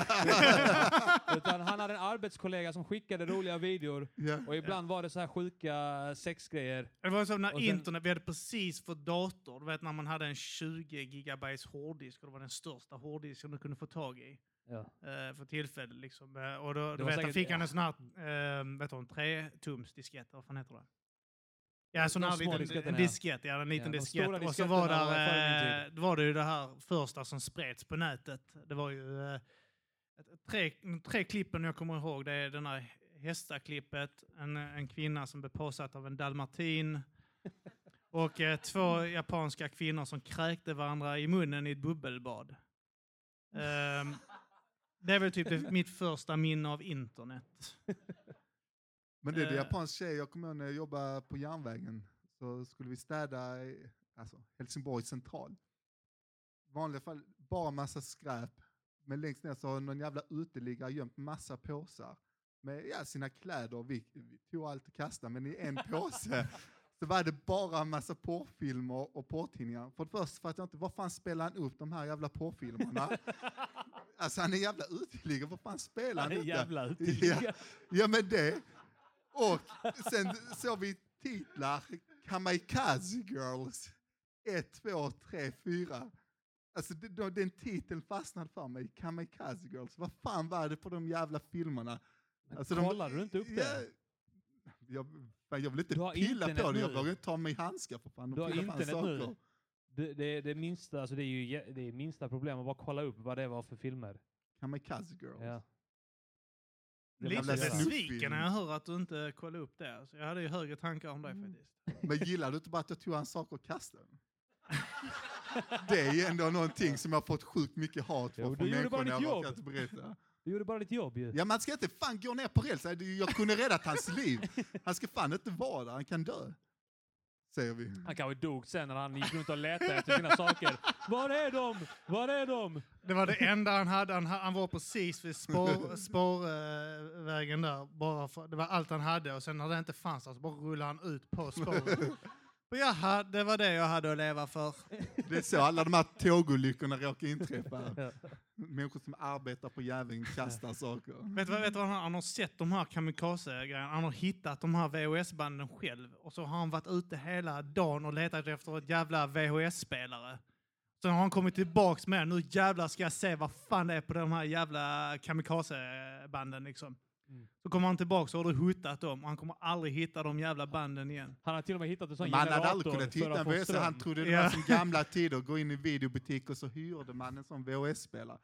Utan han hade en arbetskollega som skickade roliga videor. Ja. Och ibland var det så här sjuka sexgrejer. Det var så när Och sen- internet, vi hade precis fått dator, du vet när man hade en tjugo gigabytes hårddisk och det var den största hårddisken du kunde få tag i Ja. eh, för tillfället. Liksom. Eh, och då, Det du var vet, säkert- fick han ja. en sån här, eh, vet du, en tre-tums-diskett, vad fan heter det? Ja, en sån De här små liten disketterna, en ja. diskett, ja, en liten Ja, de diskett. stora Och så var, disketterna var före min där, eh, då var det ju det här första som spreds på nätet. Det var ju eh, ett- tre, tre klippen jag kommer ihåg. Det är den här hästaklippet, en, en kvinna som blev påsatt av en dalmatin och eh, två japanska kvinnor som kräkte varandra i munnen i ett bubbelbad. Ehm, det är väl typ det, mitt första minne av internet. Men det är det Eh. japansk tjej, jag kommer ihåg när jag jobbade på järnvägen så skulle vi städa i, alltså, Helsingborg central. I vanliga fall bara massa skräp. Men längst ner så har någon jävla uteliggare gömt massa påsar med ja, sina kläder. Vi, vi tog allt och kastade, men i en påse så var det bara en massa porrfilmer och porrtidningar. För det första för att jag inte, vad fan spelar han upp de här jävla porrfilmerna? Alltså han är jävla uteliggare, vad fan spelar han Han är inte? jävla Ja, uteliggare. ja men det. Och sen såg vi titlar, Kamikaze Girls, ett, två, tre, fyra. Alltså det, då, den titeln fastnade för mig, Kamikaze Girls. Vad fan var det på de jävla filmerna? Alltså, Kollade du inte upp det? Ja, jag, fan, jag vill inte Du har pilla internet på det, jag nu. vågar inte ta mig i handskar för fan. De Du har pillar fan internet nu. saker. Det, det, det, minsta, alltså det är ju jä- det är minsta problemet att bara kolla upp vad det var för filmer. Kamikaze Girls. Ja. Lite jävla besviken när jag snuffilm. hör att du inte kollar upp det. Alltså, jag hade ju högre tankar om det Mm. faktiskt. Men gillar du inte bara att jag tog hans saker och kastade dem? Det är ju ändå någonting som jag har fått sjukt mycket hat för Jo, från du gjorde bara människor när ditt jag jobb. råkat berätta. Du gjorde bara ditt jobb ju. Ja, man ska inte fan gå ner på rälsen. Jag kunde räddat hans liv. Han ska fan inte vara där, han kan dö. Säger vi. Han kanske dog sen när han gick runt och letade efter sina saker. Var är de? Var är de? Det var det enda han hade. Han, han var precis vid spår, spårvägen där. Bara för, det var allt han hade. Och sen när det inte fanns så bara rullade han ut på spåret. Och jaha, det var det jag hade att leva för. Det är så alla de här tågolyckorna råkar inträffa. Ja. Människor som arbetar på järnvägen kastar saker. Vet du vad, vet du vad han, han har sett de här kamikaze-grejerna. Han har hittat de här V H S-banden själv. Och så har han varit ute hela dagen och letat efter ett jävla V H S-spelare. Sen har han kommit tillbaks med, nu jävlar ska jag se vad fan det är på de här jävla kamikaze-banden liksom. Mm. Så kommer han tillbaka och har du hotat dem. Och han kommer aldrig hitta de jävla banden igen. Han har till och med hittat en sån Man hade generator aldrig kunnat för hitta att en få V H S. ström. Han trodde det Ja. var som gamla tider. Gå in i videobutik och så hyrde man en sån V H S-spelare.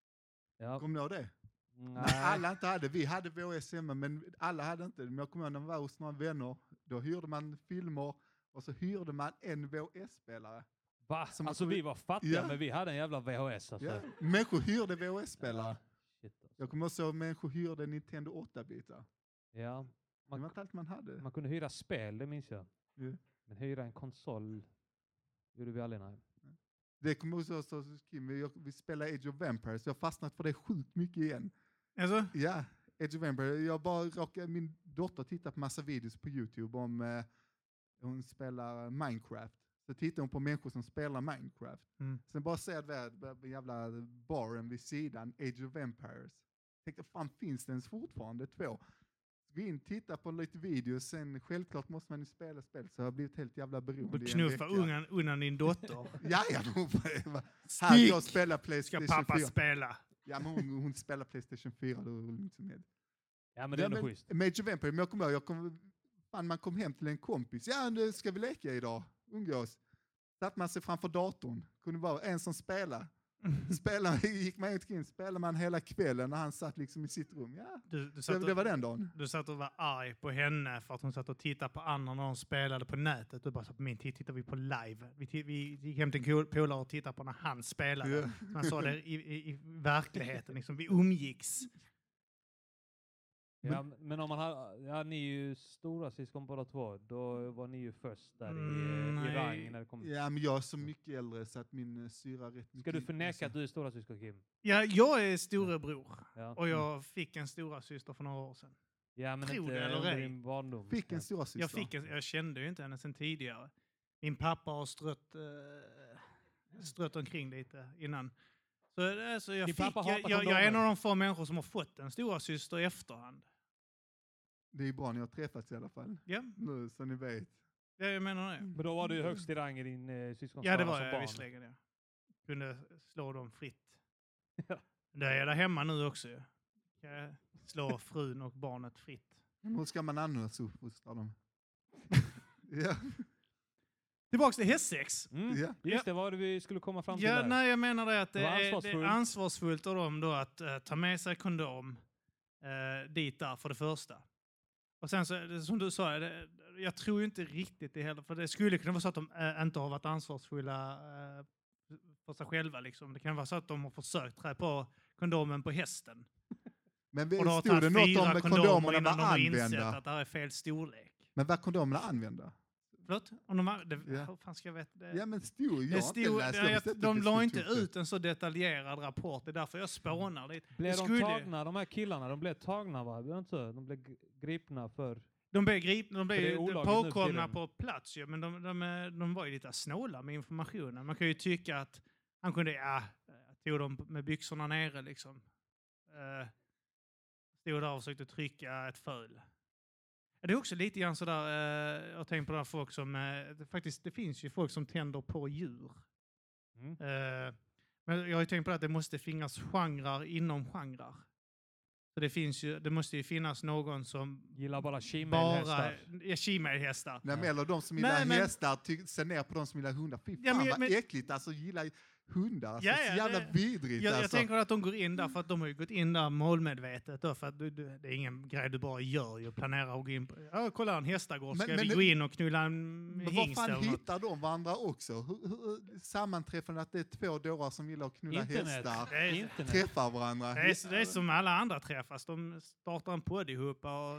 Ja. Kommer du ihåg det? Nej. Nej, alla inte hade. Vi hade V H S hemma, men alla hade inte. Men jag kommer ihåg när man var hos några vänner. Då hyrde man filmer och så hyrde man en V H S-spelare. Va? Som Alltså man- vi var fattiga Ja. men vi hade en jävla V H S alltså. Ja. Människor hyrde V H S-spelare. Shit, alltså. Jag kommer också ihåg att människor hyrde Nintendo åtta-bitar. Ja. Det var Man, inte allt man hade. man kunde hyra spel, det minns jag. Ja. Men hyra en konsol gjorde vi aldrig, nej. Det kommer också så Kim, vi, vi spelar Age of Vampires. Jag har fastnat för det sjukt mycket igen. Alltså? Ja, Age of Vampires. Jag bara råkar, min dotter tittar på massa videos på YouTube om eh, hon spelar Minecraft. Så tittar hon på människor som spelar Minecraft. Mm. Sen bara ser jag det jävla baren vid sidan, Age of Vampires. Tänkte, fan finns det ens fortfarande två? Gå in, titta på lite videos, sen självklart måste man ju spela spel, så jag har blivit helt jävla beroende Du i en knuffa vecka. ungan undan din dotter. Ja, ja, hon, här jag Stick! spelar Ska Playstation pappa fyra. spela? Ja, men hon, hon spelar Playstation fyra, då är hon inte med. Ja men det är Ja, ändå schysst. men Age of Vampires, men jag kommer ihåg, jag kom, fan, man kom hem till en kompis. Ja, nu ska vi leka idag. Umgås. Satt man sig framför datorn. Kunde vara en som spelar. Spela, gick man ut in, spelade man hela kvällen när han satt liksom i sitt rum. Ja, Du, du, det, satt det var och, den dagen. du satt och var arg på henne för att hon satt och tittade på andra när de spelade på nätet. Du bara sa på min tid tittar vi på live. Vi, ti- vi gick hem till en polare och tittade på när han spelade. Ja. Man sa det i, i, i verkligheten. Liksom. Vi umgicks. Ja, men om man har, ja ni är ju stora syskon båda två, då var ni ju först där Mm, i, i nej. rang när det kom. Ja, men jag är så mycket äldre så att min uh, syra rätt mycket. Ska du förneka att du är stora syskon Kim? Ja, jag är storebror. Ja. Och jag fick en stora syster för några år sedan. Ja men Tror inte det eller under ej. din barndom. Fick en Ja. stora syster. Jag, fick en, jag kände ju inte henne sedan tidigare. Min pappa har strött, eh, strött omkring lite innan. Så, alltså, jag, Din fick, pappa jag, hatar jag, jag är en kondomer. av de få människor som har fått en stora syster i efterhand. Det är bra ni har träffats i alla fall. Ja, Nu, så ni vet. ja jag menar det. Men då var du ju högst i rang i din eh, syskonskara Ja, det var som jag barn. visserligen. Ja. Kunde slå dem fritt. Ja. Det är jag där hemma nu också. ju. Kan jag slå frun och barnet fritt. Men hur ska man annars uppfostra dem? Ja, Tillbaks till hästsex. Mm. ja. Just det, vad var det vi skulle komma fram till Ja, där? nej, jag menar det att det, Det var är, det är ansvarsfullt. ansvarsfullt av dem då att eh, ta med sig kondom eh, dit där för det första. Och sen så, det, som du sa, det, jag tror ju inte riktigt det heller, för det skulle kunna vara så att de eh, inte har varit ansvarsfulla eh, för sig själva. Liksom. Det kan vara så att de har försökt trä på kondomen på hästen. Men vi, Och då har stod det tagit något fyra om kondomer kondomerna innan de var har insett använda? att det här är fel storlek. Men var kondomerna använda? Förlåt? Om de, var- det, Ja. Hur fan ska jag veta det? Ja, men stod, jag Det har stod, inte läst. det, Jag visste jag, inte de att la det inte stod det. ut en så detaljerad rapport. Det är därför jag spånar lite. Blev Det de skulle- tagna, de här killarna, de blev tagna va? Blev de inte så? De blev g- gripna för... De blev gripna, de För det är blev olagligt nu för påkomna tiden. på plats ju, men de, de, är- de var ju lite snåla med informationen. Man kan ju tycka att han kunde, ja, tog dem med byxorna nere liksom. Uh, stod där och försökte trycka ett föl. Det är också lite grann sådär, uh, jag har tänkt på det här folk som, uh, det, faktiskt, det finns ju folk som tänder på djur. Mm. Uh, men jag har ju tänkt på att det måste finnas genrer inom genrer. Så det finns ju, det måste ju finnas någon som Gillar bara bara shemale-hästar. är shemale-hästar. Nej, men eller de som gillar Nej, men- hästar ty- ser ner på de som gillar hundar. Fy fan Ja, men- vad men- äckligt, alltså gillar hundar. Alltså, Ja, så ja, jävla det- vidrigt. Jag, jag alltså. tänker att de går in där för att de har ju gått in där målmedvetet. Då, för att du, du, det är ingen grej du bara gör ju. Planerar att gå in på, ja, kolla en hästagård, ska Men- vi men- gå in och knulla en Men vad hingst fan eller något? hittar de varandra också? Hur, hur, sammanträffande att det är två dårar som gillar att knulla Internet. hästar. Det är, Internet. Träffar varandra. det, är, det är som alla andra träffas. De startar en podd ihop och...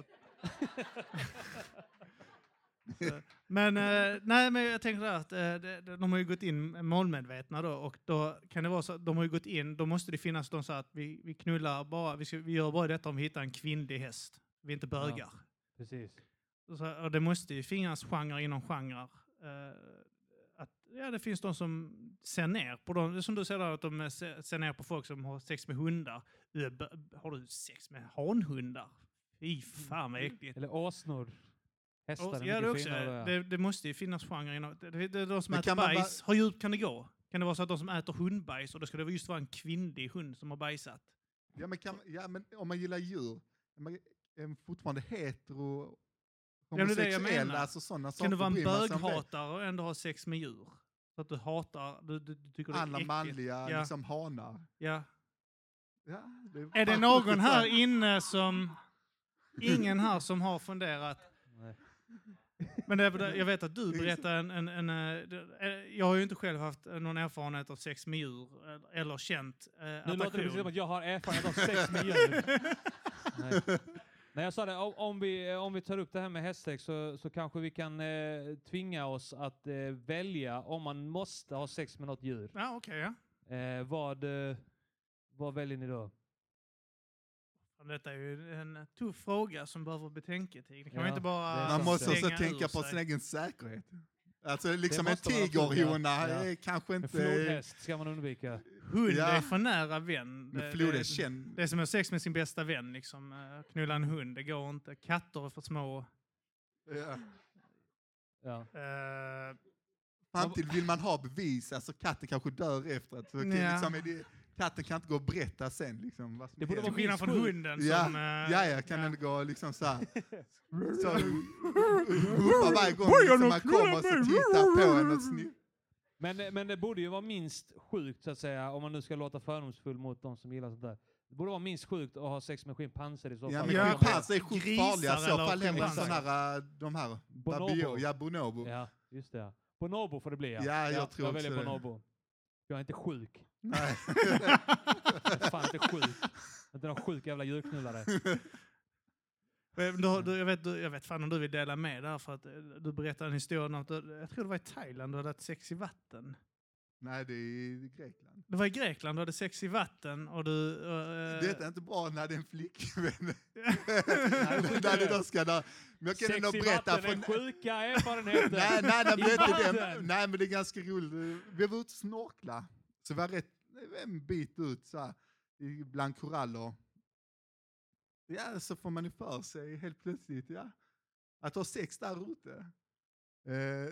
Så, men, eh, nej, men jag tänker att eh, de, de har ju gått in målmedvetna då, och då kan det vara så att de har ju gått in, då måste det finnas de så att vi, vi knullar bara, vi, ska, vi gör bara detta om vi hittar en kvinnlig häst. Vi är inte bögar. Precis. Så, och det måste ju finnas genrer inom genrer. Eh, att, ja, det finns de som ser ner på dem. Som du säger där, att de eh, ser, ser ner på folk som har sex med hundar. Eh, b- Har du sex med hanhundar? Fy fan vad äckligt. Eller åsnor. Hästar Och, är ja, det, mycket också, finare. det, det måste ju finnas genrer inom... Det, det, det är de som Men äter kan man bajs. Hur djupt kan det gå? Kan det vara så att de som äter hundbajs, och då ska det just vara en kvinnlig hund som har bajsat? Ja, men kan, ja, men om man gillar djur, är man är fortfarande hetero, det är det jag homosexuell, menar. alltså sådana Kan du vara en bryr man sig om det. böghatare och ändå ha sex med djur? Så att du hatar... Du, du, du tycker det är Andra äckligt. manliga Ja. liksom hanar. Ja. Ja, det Är det fan någon sjukt här så. inne som... Ingen här som har funderat? Nej. Men det, jag vet att du berättar en... en, en, en jag har ju inte själv haft någon erfarenhet av sex med djur eller känt eh, Nu låter det precis som attraktion. att jag har erfarenhet av sex med djur. Nej. Nej, jag sa det, om, om, vi, om vi tar upp det här med hästsex så, så kanske vi kan eh, tvinga oss att eh, välja om man måste ha sex med något djur. Ja, okej. ja. Eh, vad, eh, vad väljer ni då? Detta är ju en tuff fråga som behöver betänketid. Det kan Ja, man inte bara... det är Man sant. måste också slänga tänka ur på sig. sin egen säkerhet. Alltså liksom Det en måste man absolut tigerhona göra. är kanske En inte... flodhäst ska man undvika. Hund Ja. är för nära vän. Men Det- flod är det- känd. Det är som att ha sex med sin bästa vän. Liksom. Eh, Knulla en hund, det går inte. Katter är för små. Ja. Ja. Eh, Samtidigt vill man ha bevis, alltså katten kanske dör efter att så kan, Ja. liksom, är det, katten kan inte gå och berätta sen liksom, vad som Det borde händer. till skillnad från sjukt. hunden Ja, som... eh, ja, ja, kan ja. den gå liksom så här. Så ropa varje gång liksom, man kommer och så tittar på en och sniff. Men, men det borde ju vara minst sjukt, så att säga, om man nu ska låta fördomsfull mot de som gillar sånt där. Det borde vara minst sjukt att ha sex med schimpansar i så fall. Ja, men Ja, schimpansar är sjukt grisar farliga, så eller fall hellre än schimpanser. sådana här, de här, Bonobo. babio, ja, bonobo. Ja, just det. Bonobo får det bli. Ja, Ja, jag tror jag väljer också det. bonobo. Jag är inte sjuk. Nej. Jag är fan inte sjuk. Jag är inte någon sjuk jävla djurknullare. Men Du, du, jag, vet, du, jag vet fan om du vill dela med där, för att eh, du berättade en historia om att du, jag tror det var i Thailand du hade haft sex i vatten. Nej, det är i Grekland. Det var i Grekland du hade sex i vatten och du... eh, Det är inte bra när det är en flickvän. När det då ska där. Men jag kan Sex ändå i berätta. vatten är För, sjuka erfarenheter. nej, nej, nej, I men det är inte det. vatten. Nej, men det är ganska roligt. Vi var ute och snorkla. Så vi var rätt, en bit ut så här, i- bland koraller. Ja, så får man ju för sig helt plötsligt, ja. Att ha sex där ute. Eh,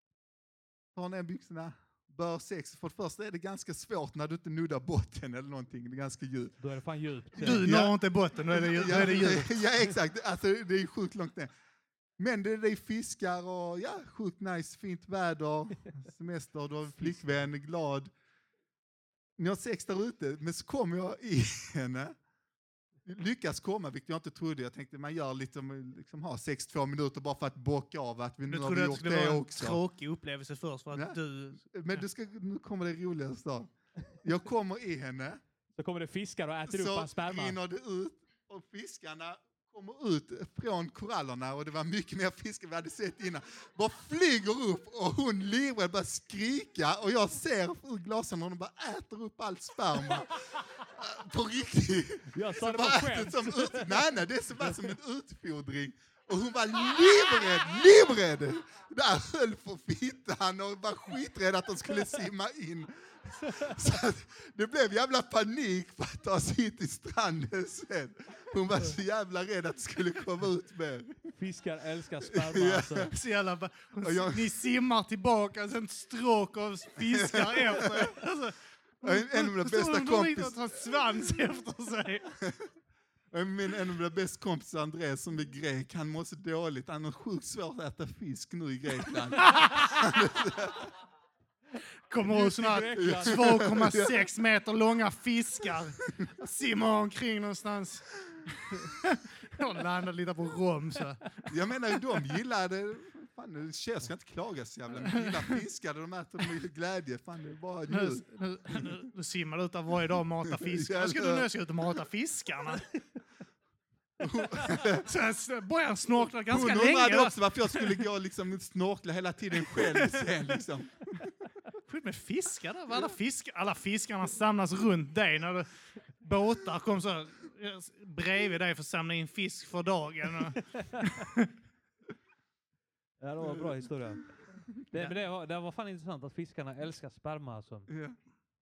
tar ner byxorna. Bör sex. För det första är det ganska svårt när du inte nuddar botten eller någonting. Det är ganska djupt. Då är det fan djupt. Du Ja. når inte botten, då är det, ju- då är det djupt. ja, exakt. Alltså, det är sjukt långt ner. Men det, det är fiskar och ja, sjukt nice, fint väder, semester, du har en flickvän, glad. Ni har sex där ute, men så kommer jag i henne. Lyckas komma, vilket jag inte trodde. Jag tänkte man gör lite, liksom ha sex, två minuter bara för att bocka av att vi nu Du har vi trodde att det gjort skulle det vara en också. tråkig upplevelse först för att Ja. du... Men du ska, nu kommer det roligaste då. Jag kommer i henne. Så kommer det fiskar och äter upp Så hans sperma. rinner det ut och fiskarna kommer ut från korallerna och det var mycket mer fiskar vi hade sett innan. Bara flyger upp och hon livrädd börjar skrika och jag ser ur glasen och hon bara äter upp all sperma. På riktigt. Jag sa Så det bara var äter skämt. som ut, nej, nej, det är som, bara som en utfodring. Och hon var livrädd, livrädd. Där höll för fittan och var skiträdd att de skulle simma in. Så att det blev jävla panik för att ta sig hit till stranden sen. Hon var så jävla rädd att det skulle komma ut mer. Fiskar älskar sperma Ja. alltså. Så jävla, ba- hon, Och jag- Ni simmar tillbaka, sen stråk av fiskar efter. Alltså, En, en av mina så bästa hon drar in kompis, och tar svans efter sig. Min, en av mina bästa kompisar, Andreas, som är grek, han mår så dåligt. Han har sjukt svårt att äta fisk nu i Grekland. Kommer ut såna två komma sex meter långa fiskar. Simmar omkring någonstans. Och landar lite på Rom. Så. Jag menar, de gillade... Fan, tjejer ska inte klaga så jävla. De gillar fiskar, de äter dem med glädje. Fan, det är bara Nu, djur. nu, nu, nu simmar du ut där varje dag och matar fiskar. Vad ska du nu ska ut och mata fiskarna? Sen började jag snorkla ganska Hon länge. undrade också varför jag skulle gå liksom snorkla hela tiden själv sen liksom. Skit med fiskar där. Alla, fisk, alla fiskarna samlas runt dig när du, båtar kom så här, bredvid dig för att samla in fisk för dagen. Ja, det var en bra historia. Det, men det, var, det var fan intressant att fiskarna älskar sperma alltså. Ja.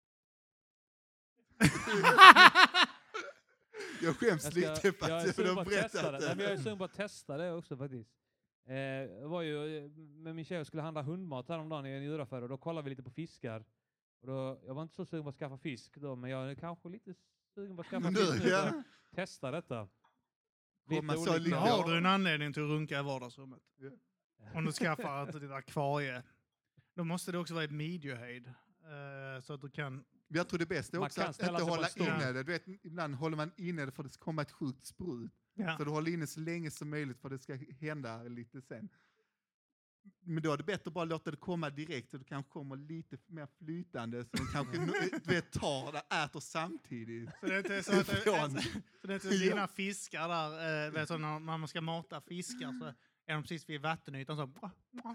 Jag skäms Jag, ska, lite för jag att är jag sugen har på att testa det. berättat Nej, men jag är det. sugen på att testa det också faktiskt. Eh, jag var ju med min tjej och skulle handla hundmat häromdagen i en djuraffär och då kollade vi lite på fiskar. Och då, jag var inte så sugen på att skaffa fisk då, men jag är kanske lite sugen på att skaffa Nu, fisk nu ja. för att testa detta. Komma så olika- lite. Nu har du en anledning till att runka i vardagsrummet. Ja. Om du skaffar ett litet akvarie. Då måste det också vara i midjehöjd. Uh, så att du kan... Jag tror det bästa är Man också kan att ställa inte sig på hålla en stol. inne det. Du vet, ibland håller man inne det för att det ska komma ett sjukt sprut. Ja. Så du håller inne så länge som möjligt för att det ska hända lite sen. Men då är det bättre att bara låta det komma direkt så det kanske kommer lite mer flytande så de kanske du vet, tar det, äter samtidigt. Så det är inte så att det, Ifrån. så det är inte dina fiskar där, eh, vet du, när man ska mata fiskar så är de precis vid vattenytan så.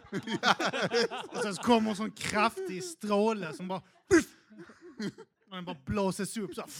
Och sen så kommer en sån kraftig stråle som bara och den bara blåses upp så.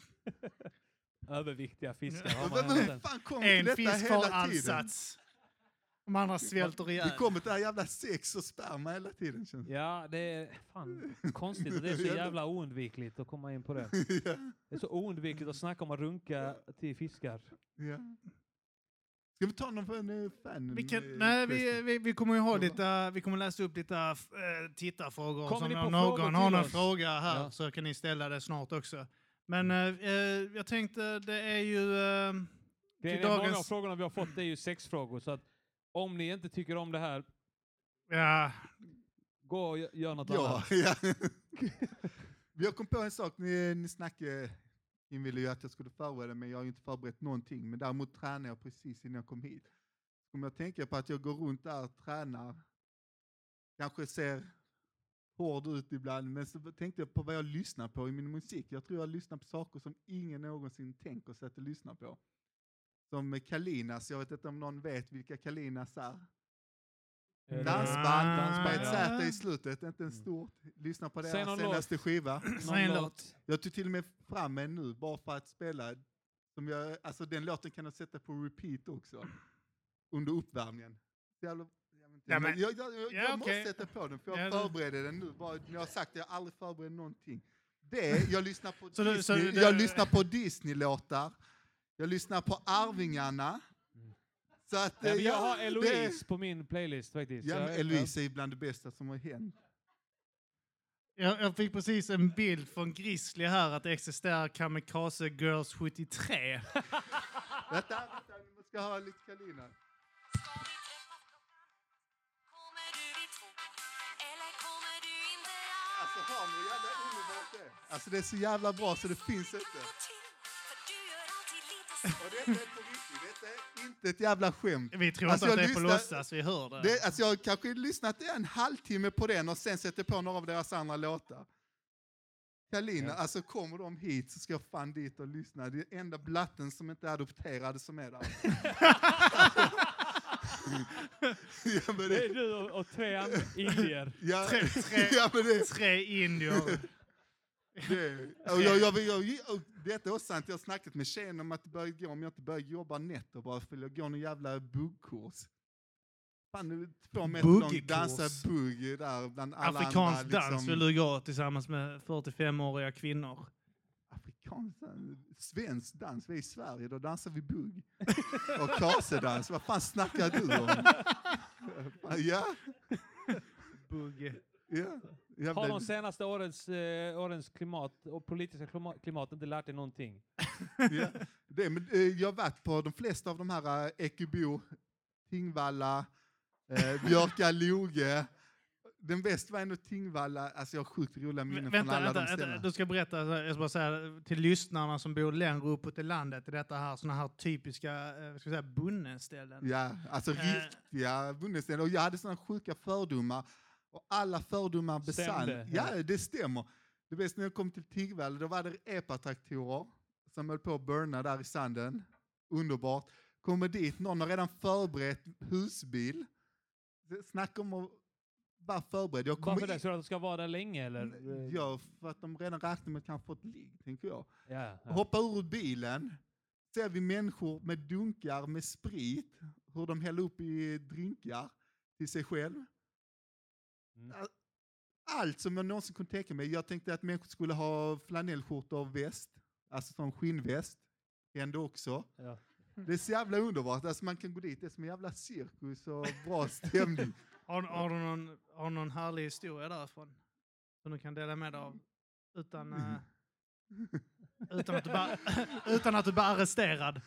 Överviktiga fiskar har Men man hur hela fan kommer till En detta fisk får hela all tiden? sats. De andra svälter Det ihjäl. kommer till det här jävla sex och sperma hela tiden. Känns det. Ja, det är fan konstigt. Det är så jävla oundvikligt att komma in på det. Ja, Det är så oundvikligt att snacka om att runka till fiskar. ja. Ska vi ta någon för en fan? Vi, kan, nej, vi, vi, vi kommer ju ha lite, vi kommer läsa upp lite äh, tittarfrågor. Kommer Som ni på om frågor någon till har någon oss? fråga här Ja. så kan ni ställa det snart också. Men äh, jag tänkte, det är ju... Äh, Grejen till är, Många av dagens... frågorna vi har fått är ju sexfrågor. Så att om ni inte tycker om det här, Ja, gå och gö- gör något Ja, annat. ja. Vi har kommit på en sak. Ni, ni snackade, Kim ville ju att jag skulle förbereda mig. Jag har ju inte förberett någonting. Men däremot tränar jag precis innan jag kom hit. Om jag tänker på att jag går runt där och tränar. Kanske ser hård ut ibland. Men så tänkte jag på vad jag lyssnar på i min musik. Jag tror jag lyssnar på saker som ingen någonsin tänker sig att lyssna på. Som Kalinas. Jag vet inte om någon vet vilka Kalinas är. Eh, Dansband dansband, med ett ja. Z i slutet, inte en stort. Lyssna på Säg deras någon senaste skiva. säg en Någon låt. Jag tog till och med fram en nu bara för att spela. Som jag, alltså den låten kan jag sätta på repeat också. Under uppvärmningen. Så jävla- jag vet inte, Ja, men- jag jag, jag, ja, jag okej. måste sätta på den för jag Ja, det- förbereder den nu. Bara, jag har sagt att jag aldrig förbereder någonting. Det, jag lyssnar på Så det- Disney, så det- jag lyssnar på Disney-låtar. Jag lyssnar på Arvingarna. Så att, Ja, eh, men jag har det- Eloise på min playlist faktiskt. Ja, Jag- men Eloise är bland det bästa som har hänt. Jag, jag fick precis en bild från Grizzly här att det existerar Kamikaze Girls sjuttiotre. Vänta, vänta, vi ska ha lite Kalina. Alltså hör ni hur jävla underbart det är? Alltså det är så jävla bra så det finns inte. Och detta är på riktigt, detta är inte ett jävla skämt. Vi tror Alltså, inte att det jag är på lyssnar- låtsas, vi hör det. Det, alltså jag har kanske lyssnat en halvtimme på den och sen sätter på några av deras andra låtar. Kalina, Ja. alltså kommer de hit så ska jag fan dit och lyssna. Det är enda blatten som inte är adopterade som är där. ja, men Det är det, du och, och tre andra indier. ja, Tre- tre- ja, men det, Tre indier. det, och jag, jag, jag, jag, och detta är också sant, jag har snackat med tjejen om att det börjar gå, om jag inte börjar jobba nätter bara för jag går någon jävla buggkurs. Fan, nu två meter lång, Buggkurs? dansa bugg där bland alla Afrikansk andra. dans liksom- vill du gå tillsammans med fyrtiofemåriga kvinnor. Afrikansk dans, svensk dans, vi är i Sverige, då dansar vi bugg. Och kasedans, vad fan snackar du om? ja, Bugg. ja. Har Jävla, de senaste årens, eh, årens klimat och politiska klima- klimat inte lärt dig någonting? Ja, det, men, eh, jag har varit på de flesta av de här eh, Ekebo, Tingvalla, eh, Björka, Loge. Den bästa var ändå Tingvalla. Alltså jag har sjukt roliga minnen Vänta, från alla vänta, de vänta, ställena. du ska berätta, jag ska bara säga till lyssnarna som bor längre uppåt i landet, i detta här, såna här typiska, eh, vad ska jag säga, bunnenställen. Ja, alltså Eh. riktiga vunnenställen. Och jag hade såna sjuka fördomar. Och alla fördomar besann. Stämde, Ja, ja. det stämmer. Det bästa när jag kom till Tingvalla, då var det epatraktorer som höll på att burna där i sanden. Underbart. Kommer dit, någon har redan förberett husbil. Snacka om att vara förberedd. Jag kommer Varför det? in- Så att de ska vara där länge eller? Ja, för att de redan räknar med att kanske få ett ligg, tänker jag. Ja, ja. Hoppar ur bilen, ser vi människor med dunkar med sprit, hur de häller upp i drinkar till sig själv. Mm. Allt som jag någonsin kunde tänka mig. Jag tänkte att människor skulle ha flanellskjortor och väst, alltså sån skinnväst. Hände också. Ja. Det är så jävla underbart. Alltså man kan gå dit, det är som en jävla cirkus och bra stämning. Har, har, du någon, har du någon härlig historia därifrån? Som du kan dela med dig av? Utan, eh, utan, att du bara, utan att du blir arresterad.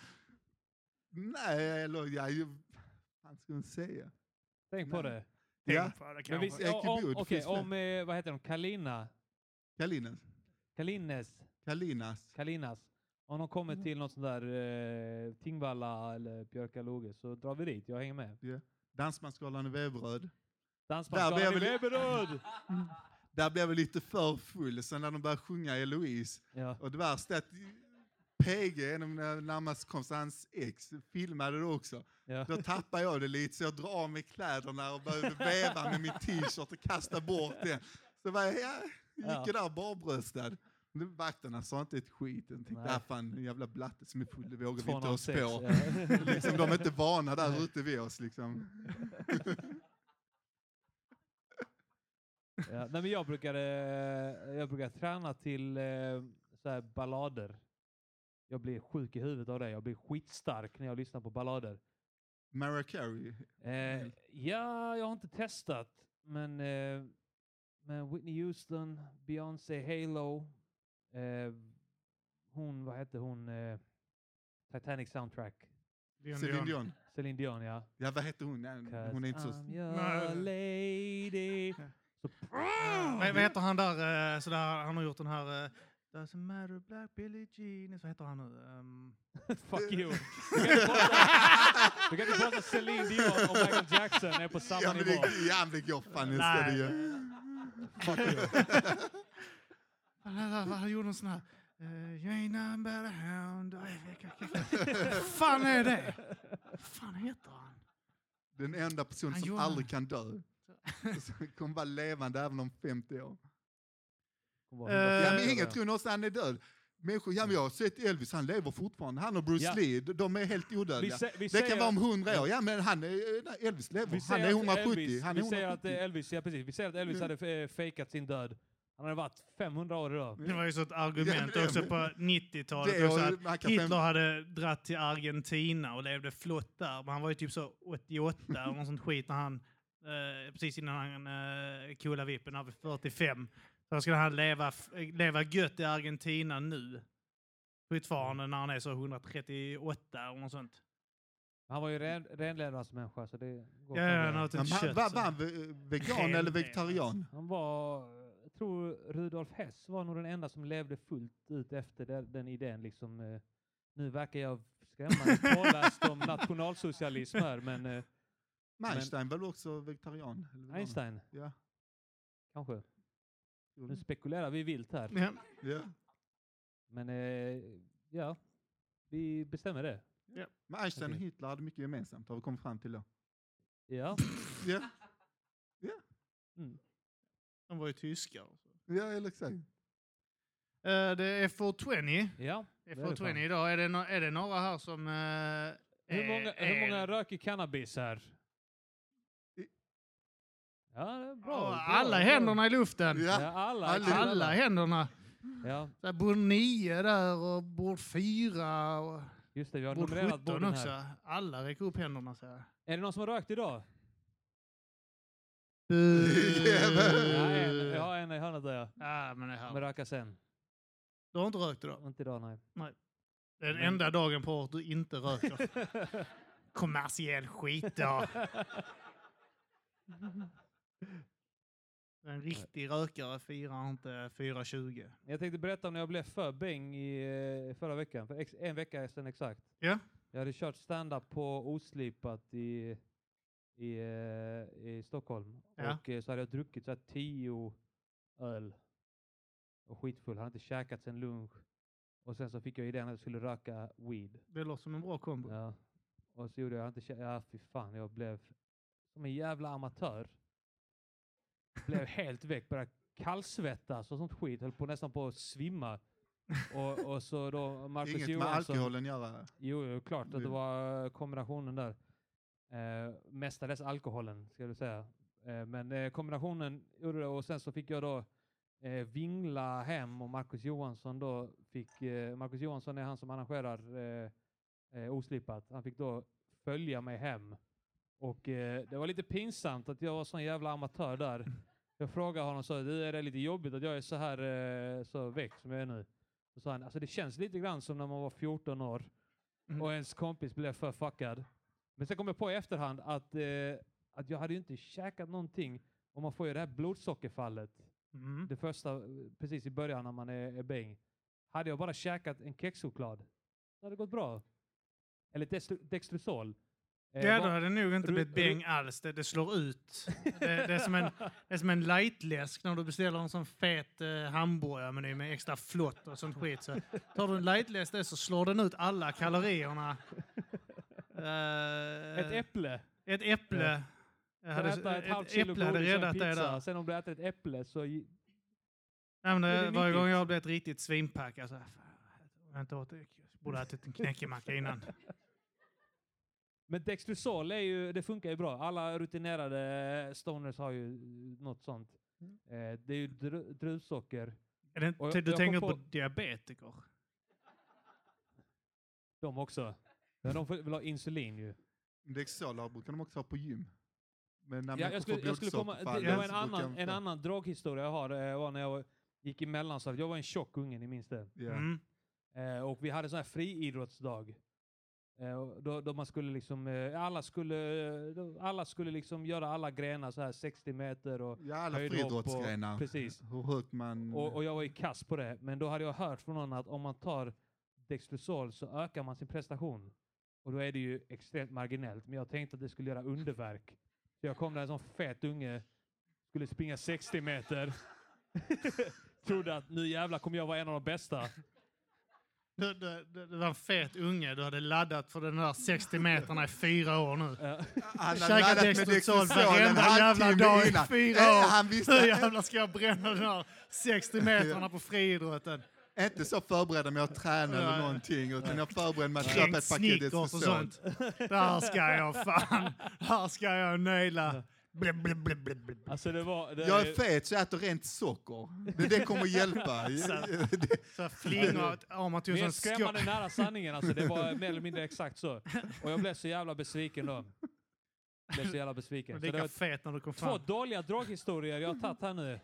Nej, eller jag, jag vad ska man säga? Tänk på Nej. det. Ja, Tänk på det Men kanske. visst, Ekeby, om, det okej, finns fler. om eh, vad heter de? Kalina? Kalinas. Kalines? Kalinas. Kalinas. Om de kommer till något sånt där eh, Tingvalla eller Björkaloge så drar vi dit. Jag hänger med. Ja. Dansbandsgalan i Veberöd. Där Dansbandsgalan i blev vi- Veberöd! Där blev jag lite för full sen när de började sjunga Eloise. Ja. Och det värsta är att P G, en av mina närmast kompisar, hans ex, filmade det också. Ja. Då tappade jag det lite så jag drar av mig kläderna och började veva med min t-shirt och kasta bort den. Så var jag, ja, gick Ja. jag där barbröstad. Men vakterna sa inte ett skit. Jag tänkte, Nej. ah, fan, en jävla blatte som är full, det vågar vi inte två noll oss sex, på. ja. Liksom, de är inte vana där ute vid oss. Liksom. Ja, nej, men jag brukar, eh, jag brukar träna till eh, så här ballader. Jag blir sjuk i huvudet av det. Jag blir skitstark när jag lyssnar på ballader. Mariah Carey. Eh, ja, jag har inte testat. Men, eh, men Whitney Houston, Beyoncé, Halo. Eh, hon, vad hette hon? Eh, Titanic soundtrack. Dion, Celine Dion. Dion. Celine Dion, ja. Ja, vad hette hon? Nej, hon är inte så... I'm your Nej. lady. Så, Vad vad heter han där, eh, sådär, han har gjort den här eh, Doesn't matter Black Billie Jean, vad heter han nu? Um, fuck you. Du kan inte prata- Du kan inte prata Celine Dion och Michael Jackson är på samma Ja, men nivå. det, ja, men det går fan inte Nej. det ju. Fuck you. han, han gjorde en sån här uh, You ain't nothing but a hound. Vad fan är det? Vad fan heter han? Den enda personen Han som gjorde- aldrig kan dö. Så kommer vara levande även om femtio år. Hon var Eh, Ja, men hundrafyra. ingen tror någonsin han är död. Människor, ja, men jag har sett Elvis, han lever fortfarande. Han och Bruce Ja. Lee, de är helt Vi, odödliga. sä- vi Det säger, kan vara om hundra år. Ja, men han är, nej, Elvis lever. vi Han säger är att hundrasjuttio. Elvis, Han är vi säger att eh, hundrasjuttio. Elvis, ja, precis. Vi säger att Elvis Ja. hade eh, fejkat sin död. Han hade varit femhundra år idag. Det var ju så ett argument Ja, också men- på nittiotalet. Det Också, och- att man kan Hitler fem- hade dratt till Argentina och levde flott där. Men han var ju typ så åttioåtta och något sånt skit när han, eh, precis innan han eh, coolade vippen, när han var fyrtiofem. Så skulle han leva, f- leva gött i Argentina nu. Fortfarande när han är så hundratrettioåtta och något sånt. Han var ju ren, renlevnadsmänniska så det går Ja, ja, bra. han åt Men ett han- kött. Var så. var han ve- vegan Helt eller ren, vegetarian? Han var, jag tror Rudolf Hess var nog den enda som levde fullt ut efter den, den idén. Liksom, eh, nu verkar jag skrämmande påläst om nationalsocialism här, men eh, Men Einstein var väl också vegetarian? eller vegan? Einstein Ja. kanske. Nu spekulerar vi vilt här. Ja. Ja. Men eh, ja, vi bestämmer det. Men Einstein och Okej. Hitler hade mycket gemensamt, har vi kommit fram till då. Ja. Ja, Mm. De var ju tyskar. ja eller exakt. Eh, det är fyrahundratjugo. Ja. Det är det är det fyrahundratjugo fan. idag. Är det, no- är det några här som... eh, Hur är- många, är- hur många röker cannabis här? I- Ja, det är bra. Ja, bra, alla bra. händerna i luften. Ja. Ja, alla. Alla. Alla händerna. Ja, Så här, bord nio där och bord fyra och just det. Vi har bord numrerat sjutton borden också. här. Alla räcker upp händerna så här. Är det någon som har rökt idag? Jävel. Ja, en, jag har en i hörnet där. Ja, men det Jag här. kommer röka sen. Du har inte rökt idag? Inte idag, nej. Det är den enda dagen på året du inte röker. Kommersiell skit då. En riktig rökare firar inte fyra tjugo. Jag tänkte berätta om när jag blev för bäng i eh, förra veckan. För ex- en vecka sedan exakt. Ja. Jag hade kört stand-up på Oslipat i, i, eh, i Stockholm. Ja. Och eh, så hade jag druckit så här tio öl. Och skitfull. Jag hade inte käkat sen lunch. Och sen så fick jag idén att jag skulle röka weed. Det låter som en bra kombo. Ja. Och så gjorde jag inte kä- Ja, fy fan. Jag blev som en jävla amatör. Blev helt väck. Började kallsvettas och sånt skit. Höll på nästan på att svimma. Och, och så då Marcus Inget Johansson. med alkoholen göra. Jo, jo, klart att det Jo. var kombinationen där. Eh, mestadels alkoholen, ska du säga. Eh, men eh, kombinationen gjorde det. Och sen så fick jag då eh, vingla hem och Marcus Johansson då fick... Eh, Marcus Johansson är han som arrangerar eh, eh, Oslipat. Han fick då följa mig hem. Och eh, det var lite pinsamt att jag var sån jävla amatör där. Jag frågade honom så, det är det lite jobbigt att jag är så här eh, så väck som jag är nu. Så sa han, alltså det känns lite grann som när man var fjorton år Mm. och ens kompis blev för fuckad. Men sen kom jag på i efterhand att, eh, att jag hade ju inte käkat någonting och man får ju det här blodsockerfallet. Mm. Det första, eh, precis i början när man är, är bäng. Hade jag bara käkat en kexchoklad, så hade det gått bra. Eller destru- Dextrosol. Eh, Ja, då var- hade det nog inte Ru- blivit bäng alls. Det, det slår ut. Det, det, är som en, det är som en lightläsk när du beställer en sån fet eh, hamburgarmeny med extra flott och sånt skit. Så tar du en lightläsk där så slår den ut alla kalorierna. Eh, Ett äpple. Ett äpple. Jag Kan hade, äta ett halvt ett kilo äpple hade godis och en räddat dig pizza. där. Sen om du äter ett äpple så... gi- Ja, men är det, det varje gång nyttigt. jag blev ett riktigt svinpack. Alltså, jag har inte åt, jag borde ha ätit en knäckemacka innan. Men Dextrosol är ju, det funkar ju bra. Alla rutinerade stoners har ju något sånt. Eh, det är ju dru- druvsocker. Är det, Och inte- jag- du jag tänker kom på på- diabetiker? De också. Men de får väl ha insulin ju. Dextrosol brukar de också ha på gym. Men när Ja, människor jag skulle, får jag skulle komma, det, blodsockerfall det var en så brukar annan, de en få- annan droghistoria jag har. eh, var när jag var- gick i mellanstadiet. Jag var en tjock unge, ni minns det. Ja. Mm. Eh, och vi hade sån här friidrottsdag. Eh, och då, då man skulle liksom, eh, alla skulle, eh, då, alla skulle liksom göra alla grenar så här sextio meter och Ja, alla höjdhopp och- friidrottsgrenar. Precis. Hur högt man... Och, och jag var i kass på det. Men då hade jag hört från någon att om man tar Dextrosol så ökar man sin prestation. Och då är det ju extremt marginellt. Men jag tänkte att det skulle göra underverk. Så jag kom där en sån fet unge. Skulle springa sextio meter. Trodde att nu jävlar kommer jag vara en av de bästa. Du, du, du, du var en fet unge. Du hade laddat för den där sextio meterna i fyra år nu. Eh, Han Käka hade laddat med Dextrosol Dextrosol en varenda jävla halvtimme dag i innan. fyra Eh, år. Han Hur visste jävlar ska jag bränna den här sextio meterna på friidrotten? inte så förberedd med att träna eller Nej. någonting, utan jag förberedde mig att Tänkt köpa ett paket Snickers och Dextrosol. sånt. Där ska jag fan. Här ska jag naila. Blib, blib, blib, blib, blib. alltså det var... Det, Jag är fet så jag äter rent socker. Det, det kommer hjälpa. Det- Så här flingor. Ja, man tog vi är en sån skrämmande skål. nära sanningen. Alltså det var mer eller mindre exakt så. Och jag blev så jävla besviken då. Jag blev så jävla besviken. Så det Lika var fet när du kom två fram. dåliga droghistorier jag har tagit här nu.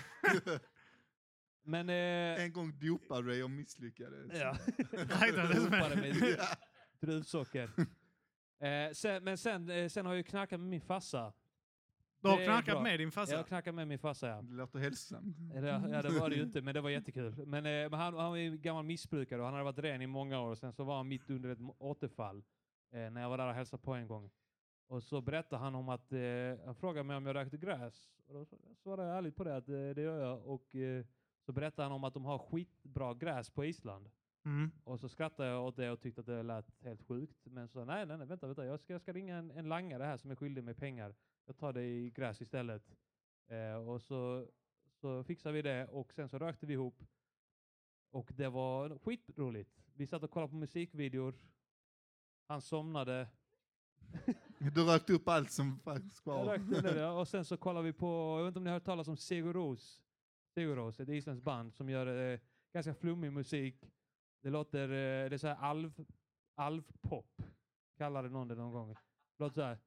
Men... Eh, En gång dopade du dig och misslyckades. ja. Nej, det är som en- Dopade med druvsocker. Eh, sen, men sen, eh, sen har jag ju knackat med min farsa. Du har Det är knackat bra. med din Jag farsa? har knackat med min farsa, ja. Det låter hälsosamt. Eller, ja, det var det ju inte, men det var jättekul. Men, eh, men han, han var ju gammal missbrukare och han hade varit ren i många år. Sen så var han mitt under ett må- återfall eh, när jag var där och hälsade på en gång. Och så berättade han om att, eh, han frågade mig om jag rökte gräs. Och då svarade jag ärligt på det, att eh, det gör jag. Och eh, så berättade han om att de har skitbra gräs på Island. Mm. Och så skrattade jag åt det och tyckte att det lät helt sjukt. Men så nej, nej, nej vänta, vänta. Jag ska, jag ska ringa en, en langare här som är skyldig med pengar. Jag tar det i gräs istället. Eh, och så, så fixade vi det och sen så rökte vi ihop. Och det var skitroligt. Vi satt och kollade på musikvideor. Han somnade. Du rökte upp allt som fanns Jag kvar. rökte det där. Och sen så kollade vi på, jag vet inte om ni har hört talas om Sigur Rós. Sigur Rós, ett isländskt band som gör eh, ganska flummig musik. Det låter, eh, det är så här alv, alvpop. Kallade någon det någon gång. Det låter så här.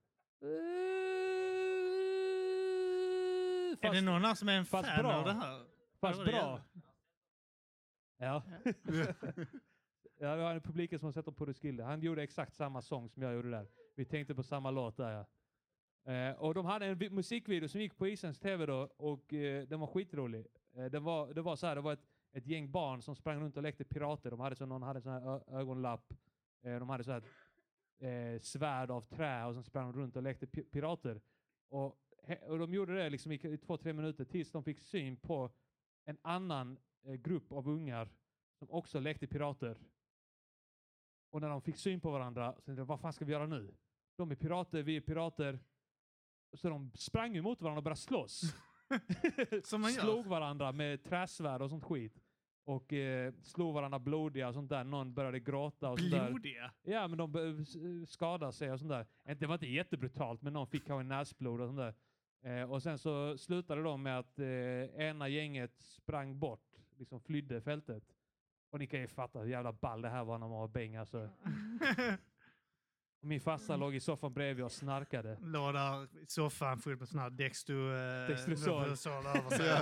Är det Fast, någon här som är en fast fan bra. av det här? fast Eller bra. Ja. Ja, vi har en publiken som har sett dem på Roskilde. Han gjorde exakt samma sång som jag gjorde där. Vi tänkte på samma låt där, ja. Eh, och de hade en vi- musikvideo som gick på Islands T V då, och eh, den var skitrolig. Eh, den var, det var så här, det var ett, ett gäng barn som sprang runt och lekte pirater. De hade så, någon hade sån här ö- ögonlapp. Eh, de hade så här eh, svärd av trä och så sprang de runt och lekte pi- pirater. Och, he- och de gjorde det liksom i, i två, tre minuter tills de fick syn på en annan eh, grupp av ungar som också lekte pirater. Och när de fick syn på varandra så tänkte de, vad fan ska vi göra nu? De är pirater, vi är pirater. Så de sprang emot varandra och började slåss. Som man gör. Slog varandra med träsvärd och sånt skit. Och eh, slog varandra blodiga och sånt där. Någon började gråta och sånt där. Blodiga? Ja, men de började s- skada sig och sånt där. Det var inte jättebrutalt, men någon fick kanske näsblod och sånt där. Eh, och sen så slutade de med att eh, ena gänget sprang bort. Liksom flydde fältet. Och ni kan ju fatta hur jävla ball det här var när man var bäng alltså. Och min farsa låg i soffan bredvid och snarkade. Låg där i soffan full med sån här Dexto... Eh, Dextrosol. Dextrosol över sig.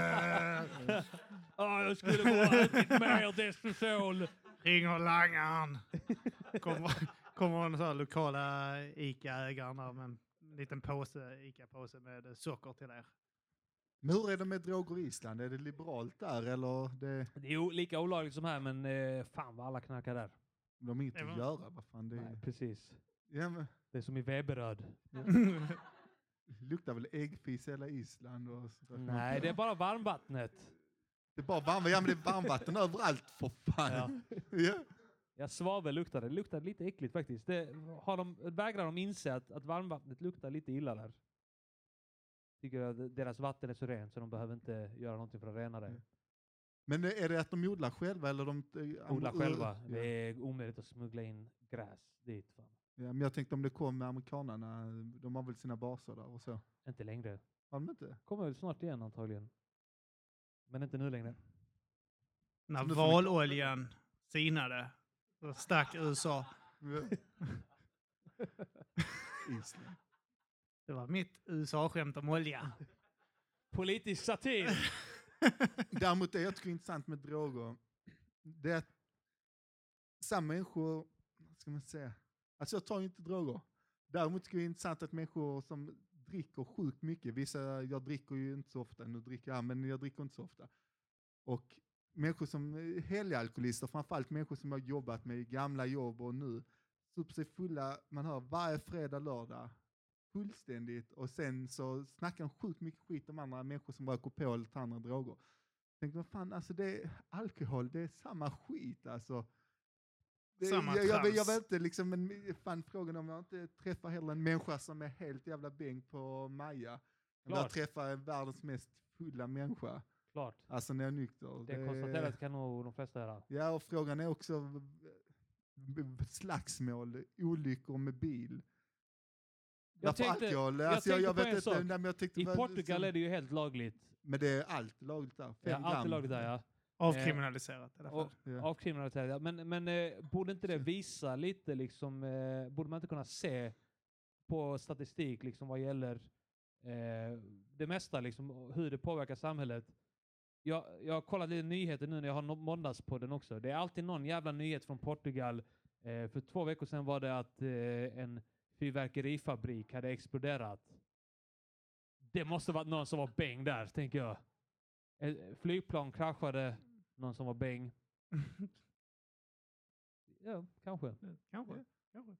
Ja, jag skulle bara ha ätit mer Dextrosol. Ringer langaren. Kommer, kommer en sån här lokala Ica-ägaren där med en liten påse, Ica-påse med socker till er. Men hur är det med droger i Island? Är det liberalt där eller? Det, Det är o- lika olagligt som här, men eh, fan vad alla knarkar där. de har inget Det var- att göra. Vad fan, det, Nej, precis. ja, men, Det är som i Veberöd. luktar väl äggfis hela Island? Och sådär. Nej, det är bara varmvattnet. Det är bara varm, ja, men det är varmvatten överallt för fan. Ja. Ja. Ja, svavel luktar det. Det luktar lite äckligt faktiskt. Det, har de, vägrar de inse att, att varmvattnet luktar lite illa där. Tycker att deras vatten är så rent så de behöver inte göra någonting för att rena det. Mm. Men är det att de odlar själva eller de... eh, Odla am- själva. Ja. Det är omöjligt att smuggla in gräs dit. Fan. Ja, men jag tänkte om det kom med amerikanerna, de har väl sina baser där och så. Inte längre. Har de inte? Kommer väl snart igen antagligen. Men inte nu längre. När Så nu får vi- valoljan sinade, då stack U S A. Ja. Island. Det var mitt U S A-skämt om olja. Politisk satir! Däremot det jag tycker är intressant med droger, det är att samma människor, vad ska man säga, alltså jag tar ju inte droger. Däremot tycker jag det är intressant att människor som dricker sjukt mycket, vissa, jag dricker ju inte så ofta, nu dricker jag, men jag dricker inte så ofta. Och människor som är helgalkoholister, framförallt människor som har jobbat med gamla jobb och nu, super sig fulla, man hör varje fredag, lördag, fullständigt, och sen så snackar de sjukt mycket skit om andra människor som röker på eller tar andra droger. Tänkte vad fan, alltså det är alkohol, det är samma skit alltså. Det, Samma jag, jag, trams. jag vet inte liksom, men fan frågan om jag inte träffar heller en människa som är helt jävla bäng på Maja. Än jag Klart. träffar världens mest fulla människa. Klart. Alltså när jag är nykter. Det konstaterat kan nog de flesta göra. Ja, och frågan är också v- v- slagsmål, olyckor med bil. Jag Varför tänkte- alkohol? jag Alltså, jag, tänkte jag på vet en inte. sak. Nej, men jag tyckte I det var Portugal som- är det ju helt lagligt. Men det är allt lagligt där. Ja, Fem allt är gram. lagligt där, ja. Avkriminaliserat i alla fall. Och, Ja. avkriminaliserat. Men, men eh, borde inte det visa lite, liksom, eh, borde man inte kunna se på statistik liksom, vad gäller eh, det mesta, liksom, och hur det påverkar samhället? Jag, jag har kollat lite nyheter nu när jag har no- måndagspodden också. Det är alltid någon jävla nyhet från Portugal. Eh, för två veckor sedan var det att eh, en fyrverkerifabrik hade exploderat. Det måste vara någon som var bäng där, tänker jag. Ett flygplan kraschade, någon som var bäng. Ja, kanske. Kanske. Kanske.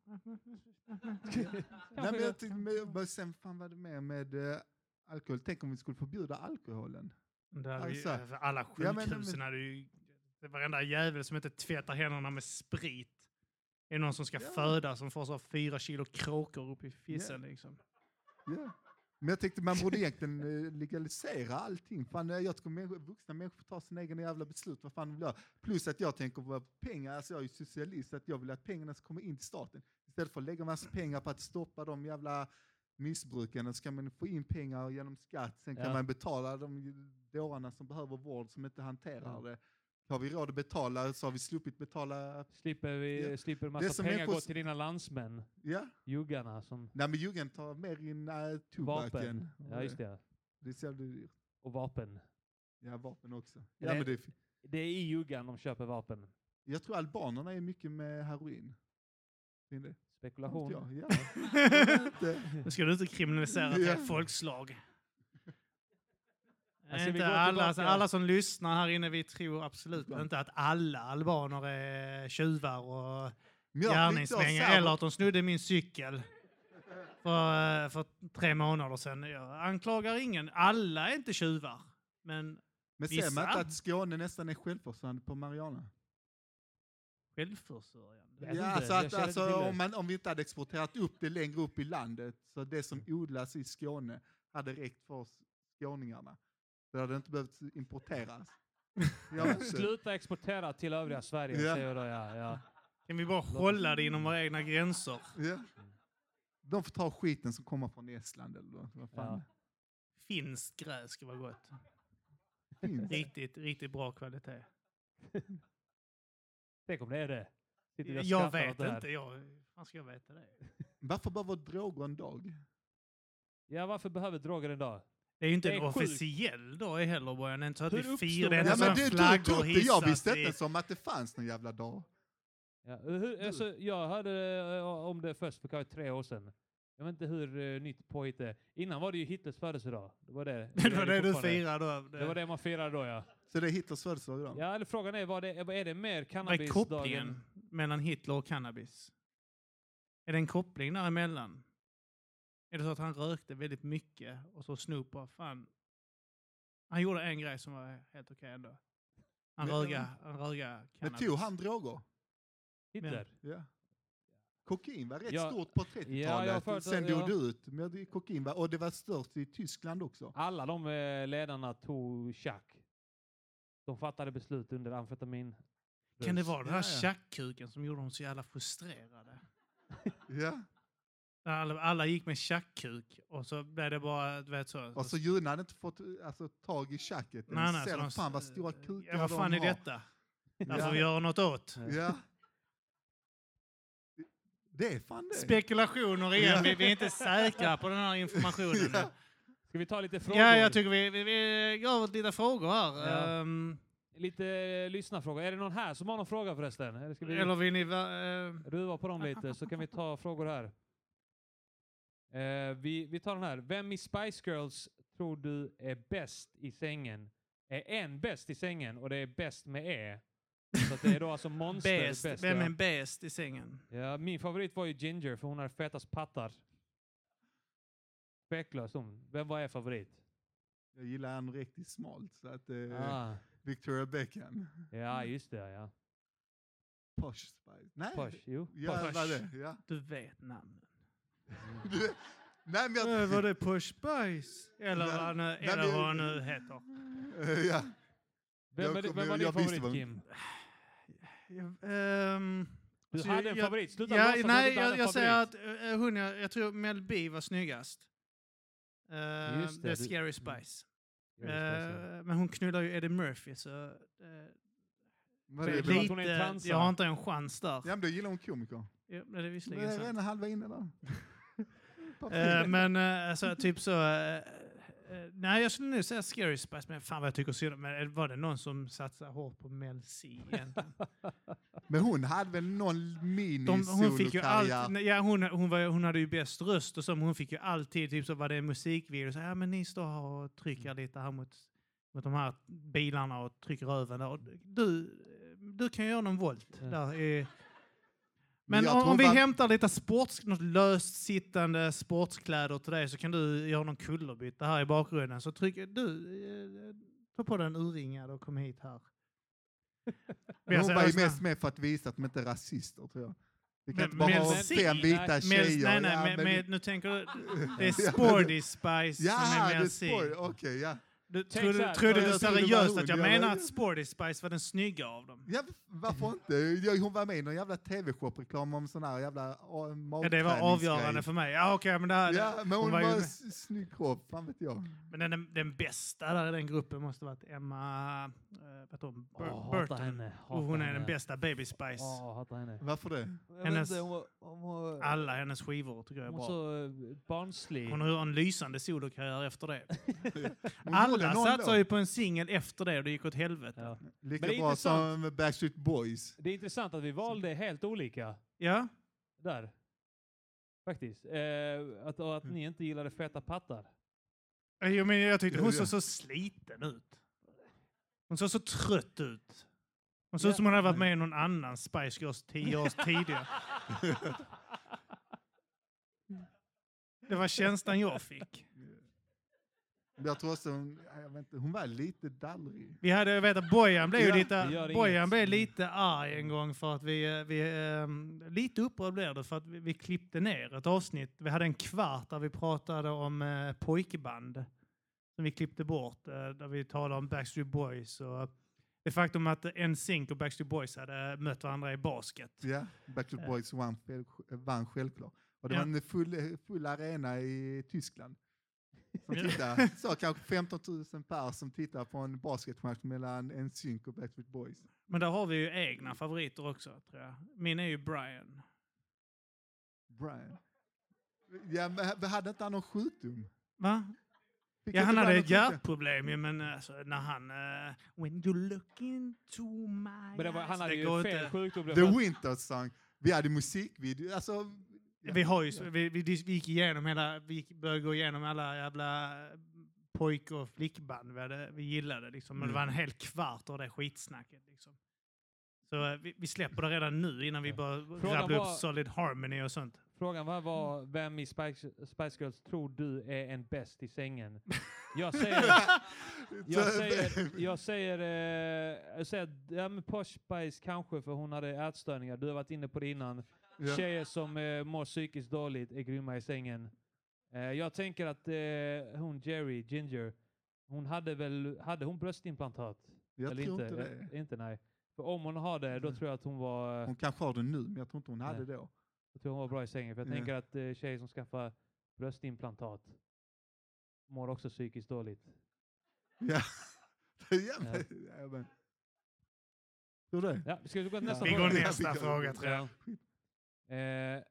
Nej, men jag tyckte, men, men sen fan var det med med eh, alkohol. Tänk om vi skulle förbjuda alkoholen. Det hade ju, Alltså. för alla Ja, men- sjukhusen hade ju... Det var varenda jävel som inte tvättar händerna med sprit. Är det någon som ska Ja. föda som får så fyra kilo kråkor upp i fissen liksom. Ja. Men jag tänkte man borde egentligen eh, legalisera allting. Fan, eh, jag tycker människor, vuxna människor får ta sina egna jävla beslut. Vad fan de vill göra. Plus att jag tänker på pengar. Alltså jag är ju socialist. Att jag vill att pengarna ska komma in till staten. Istället för att lägga massa pengar på att stoppa de jävla missbrukarna, så kan man få in pengar genom skatt. Sen kan Ja. man betala de dårarna som behöver vård, som inte hanterar Ja. det. Har vi råd att betala så har vi sluppit betala. Slipper vi Ja. slipper Det är massa som pengar människor gå s- till dina landsmän, Ja, juggarna som nej men juggen tar mer in äh, tobaken. vapen. Ja, just det. Det är så jävla dyrt. Och vapen. Ja, vapen också. det- Ja, men det är, Det är i juggan de köper vapen. Jag tror albanerna är mycket med heroin. Är det? Spekulation. Ja, ja. Nu ska du inte kriminalisera ett Ja. helt folkslag. Alltså, vi Inte går alla, tillbaka- alla som lyssnar här inne, vi tror absolut Ibland. inte att alla albaner är tjuvar och Men jag blir inte gärningsmänniskor så här- eller att de snodde min cykel för, för tre månader sedan. Jag anklagar ingen. Alla är inte tjuvar. Men Men ser man vissa. inte att Skåne nästan är självförsörjande på marijuana? självförsörjande. Jag vet Ja, inte, alltså jag att, känner inte alltså, till det. om, man, om vi inte hade exporterat upp det längre upp i landet, så det som odlas i Skåne hade räckt för oss skåningarna. Det hade inte behövt importeras. Jag vet inte. Sluta exportera till övriga Sverige, Ja. säger jag då, ja, ja. Kan vi bara hålla det inom våra egna gränser? Ja. De får ta skiten som kommer från Estland eller vad vad fan. Ja. Finskt gräs ska vara gott. Det finns. Riktigt, riktigt bra kvalitet. Tänk om det är det. Sitter vi och Jag skrattar åt vet det här. inte. Jag, fan ska jag veta det? Varför behöver droger en dag? Ja, varför behöver droger en dag? Det är ju inte Det en är sjukt. officiell dag heller, Bojan. Det är inte så att Hur vi uppstod firar. Det är det? inte Ja, så men att det, du flaggor trodde, jag hissas visste i- inte som att det fanns någon jävla dag. Ja, hur, alltså, jag hörde eh, om det först för kanske tre år sedan. Jag vet inte hur uh, nytt påhitt det är. Innan var det ju Hitlers födelsedag. Det var det. Det var det du fortfarande- firade då. Det var det man firade då, ja. Så det är Hitlers födelsedag idag? Ja, eller frågan är, vad det, är det mer Vad är cannabisdagen? kopplingen mellan Hitler och cannabis? Är det en koppling däremellan? Är det så att han rökte väldigt mycket och så Snoop bara, fan. Han gjorde en grej som var helt okej ändå. Han Men- röga, han röga Men cannabis. tog han droger? Hitler? Ja. Kokain var rätt Ja. stort på Ja, jag har trettiotalet. hört att- Sen ja. dog det ut. Men det, kokain var, och det var störst i Tyskland också. Alla de eh, ledarna tog tjack. De fattade beslut under amfetamin. Kan det vara den här Ja, ja. tjackkuken som gjorde dem så jävla frustrerade? Ja. Alla, alla gick med tjackkuk och så blev det bara, du vet så. Och så Juna hade inte fått alltså, tag i tjacket. Nej, nej, Ser så de de- fan vad stora kukar Ja, vad fan de är har. detta? Det Ja. får vi göra något åt. Ja. Det är fan det. Spekulationer igen. Ja. Vi, vi är inte säkra på den här informationen. Ja. Ska vi ta lite frågor? Ja, jag tycker vi, vi, vi går över till lite frågor här. Ja. Ehm, Lite eh, lyssnarfrågor. Är det någon här som har någon fråga förresten? Eller ska vi eller vill ni... va- eh, ruva på dem lite så kan vi ta frågor här. Eh, vi, vi tar den här. Vem i Spice Girls tror du är bäst i sängen? Är en bäst i sängen och det är bäst med E? Så att det är då alltså Monster bäst. bäst. Vem ja. är bäst i sängen? Ja, min favorit var ju Ginger för hon har fetast pattar. Tveklöst hon. Vem var er favorit? Jag gillar en riktigt smalt. Så att, eh, Ah, Victoria Beckham. ja, just det. Ja. Posh Spice. Nej. Posh, jo. Ja, Posh. vad det? Ja. Du vet namnen. Du, nej, men jag... Äh, var det Push Spice? Eller Nej, vad han nu- nej, eller men- vad han nu heter. Eh, ja. Vem, Jag är, kommer- vem var din jag visste favorit, vad- Kim? Ja, ehm, Du alltså, hade en jag- favorit. Sluta Ja, låtsas att du nej, inte hade jag, en jag säger favorit. att uh, hon, jag, jag tror Mel B var snyggast. Uh, Just det det, är du- Scary Spice. Ja, det är spicy. Eh, men hon knullar ju Eddie Murphy så... Uh, Vad Det är är det? klart hon är en transa. jag har inte en chans där. Ja, men då gillar hon komiker. Ja, det är Men visserligen jag är sant. redan halva inne där. Eh, men uh, alltså, typ så... eh, eh, nej, jag skulle nu säga Scary Spice, men fan vad jag tycker synd om- men var det någon som satsade hårt på Mel C egentligen? Men hon hade väl någon mini De, hon fick ju solokarriär. allt, ja, hon, hon, var, hon hade ju bäst röst och så, men hon fick ju alltid, typ så var det en musikvideo, så ja men ni står här och trycker lite här mot, mot de här bilarna och trycker över där. Och du, du kan göra någon volt Ja. där. I, Men men jag om, tror om vi bara- hämtar lite sports, något löst sittande sportskläder till dig så kan du göra någon kullerbytta här i bakgrunden. Så trycker du, eh, ta på dig en urringad och kom hit här. Men hon Jag var ju säger- mest med för att visa att de inte är rasister, tror jag. Vi kan Men- inte bara men ha si- fem vita nej, Mel, tjejer. nej, nej, ja, med, men med, vi- nu tänker du, det är Ja, Sporty Spice Ja, som är det är Mel C. spoil. Okej, ja. Du, Tänk trodde så här, trodde jag du trodde det var seriöst hon, att jag ja, menar men- att Sporty Spice var den snygga av dem? Ja, varför inte? Ja, hon var med i någon jävla tv-shop-reklam om sån här jävla oh, Ja, det var avgörande för mig. Ja, okej, men det här, Ja, men hon, hon var var ju en med. s- snygg kropp, fan vet jag. Men den, den bästa där i den gruppen måste varit Emma, äh, vad heter hon? Bur- Åh, hatar Burton. henne. Och hatar hon är henne. den bästa Baby Spice. Åh, hatar henne. Varför det? Jag Hennes- vet inte, hon var, hon var, Alla hennes skivor tycker jag är hon var bra. så eh, barnslig. Hon har en lysande solokarriär efter det. Hon Alla gjorde alla någon satsar då. ju på en singel efter det och det gick åt helvete. Ja. Lika Men det är bra intressant. som Backstreet Boys. Det är intressant att vi valde helt olika Ja. där. Faktiskt. Eh, att, och att ni inte gillade feta pattar. Jo, men jag tyckte Ja, hon ja. såg så sliten ut. Hon såg så trött ut. Hon såg Ja. ut som hon hade varit med i någon annan Spice Girls tio år tidigare. Det var känslan jag fick. Jag tror också hon, jag vet inte, hon var lite dallrig. Vi hade, jag vet att Bojan blev ju Ja, lite, det gör inget. Bojan blev lite arg en gång för att vi, eh, vi um, lite upprörd blev det för att vi, vi klippte ner ett avsnitt. Vi hade en kvart där vi pratade om uh, pojkband som vi klippte bort, uh, där vi talade om Backstreet Boys och det faktum att N Sync och Backstreet Boys hade mött varandra i basket. Ja, Backstreet Boys vann, själv, vann självklart. Och det Ja. var en full, full arena i Tyskland. Som tittar, så kanske femton tusen pers som tittar på en basketmatch mellan N Sync och Backstreet Boys. Men där har vi ju egna favoriter också, tror jag. Min är ju Brian. Brian. Ja, men hade inte han någon sjukdom? Va? Fick Ja, inte han hade Brian ett någon sjukdom? hjärtproblem ju, men alltså, när han... Uh, when you look into my Men det var, han eyes, hade det ju går fel inte. sjukdom. The Winter Song. Vi hade musikvideo. Alltså, ja. Vi, har ju, Ja. vi, vi, vi gick igenom hela, vi gick- började gå igenom alla jävla pojk- och flickband vi, hade, vi gillade. Liksom. Men det var en hel kvart av det skitsnacket. Liksom. Så eh, vi, vi släpper det redan nu innan vi Ja. börjar Frågan rabbla var- upp Solid Harmony och sånt. Frågan var, var vem i Spice, Spice Girls tror du är en bäst i sängen? Jag säger... Jag säger, jag säger, eh, jag säger ja, men Posh Spice kanske för hon hade ätstörningar. Du har varit inne på det innan. Ja. Tjejer som eh, mår psykiskt dåligt är grymma i sängen. Eh, jag tänker att eh, hon Jerry, Ginger, hon hade väl, hade hon bröstimplantat? Jag Eller tror inte? inte det. Eh, inte nej. För om hon har det, då Mm. tror jag att hon var, Hon kanske har det nu, men jag tror inte hon hade Nej. det då. jag tror hon var bra i sängen. För jag Ja. tänker att eh, tjejer som skaffar bröstimplantat mår också psykiskt dåligt. Ja. ja, men, ja. men. Tror du det? Ja, ska vi gå till nästa Vi fråga? går Ja, nästa vi går- fråga, tror jag. Eh,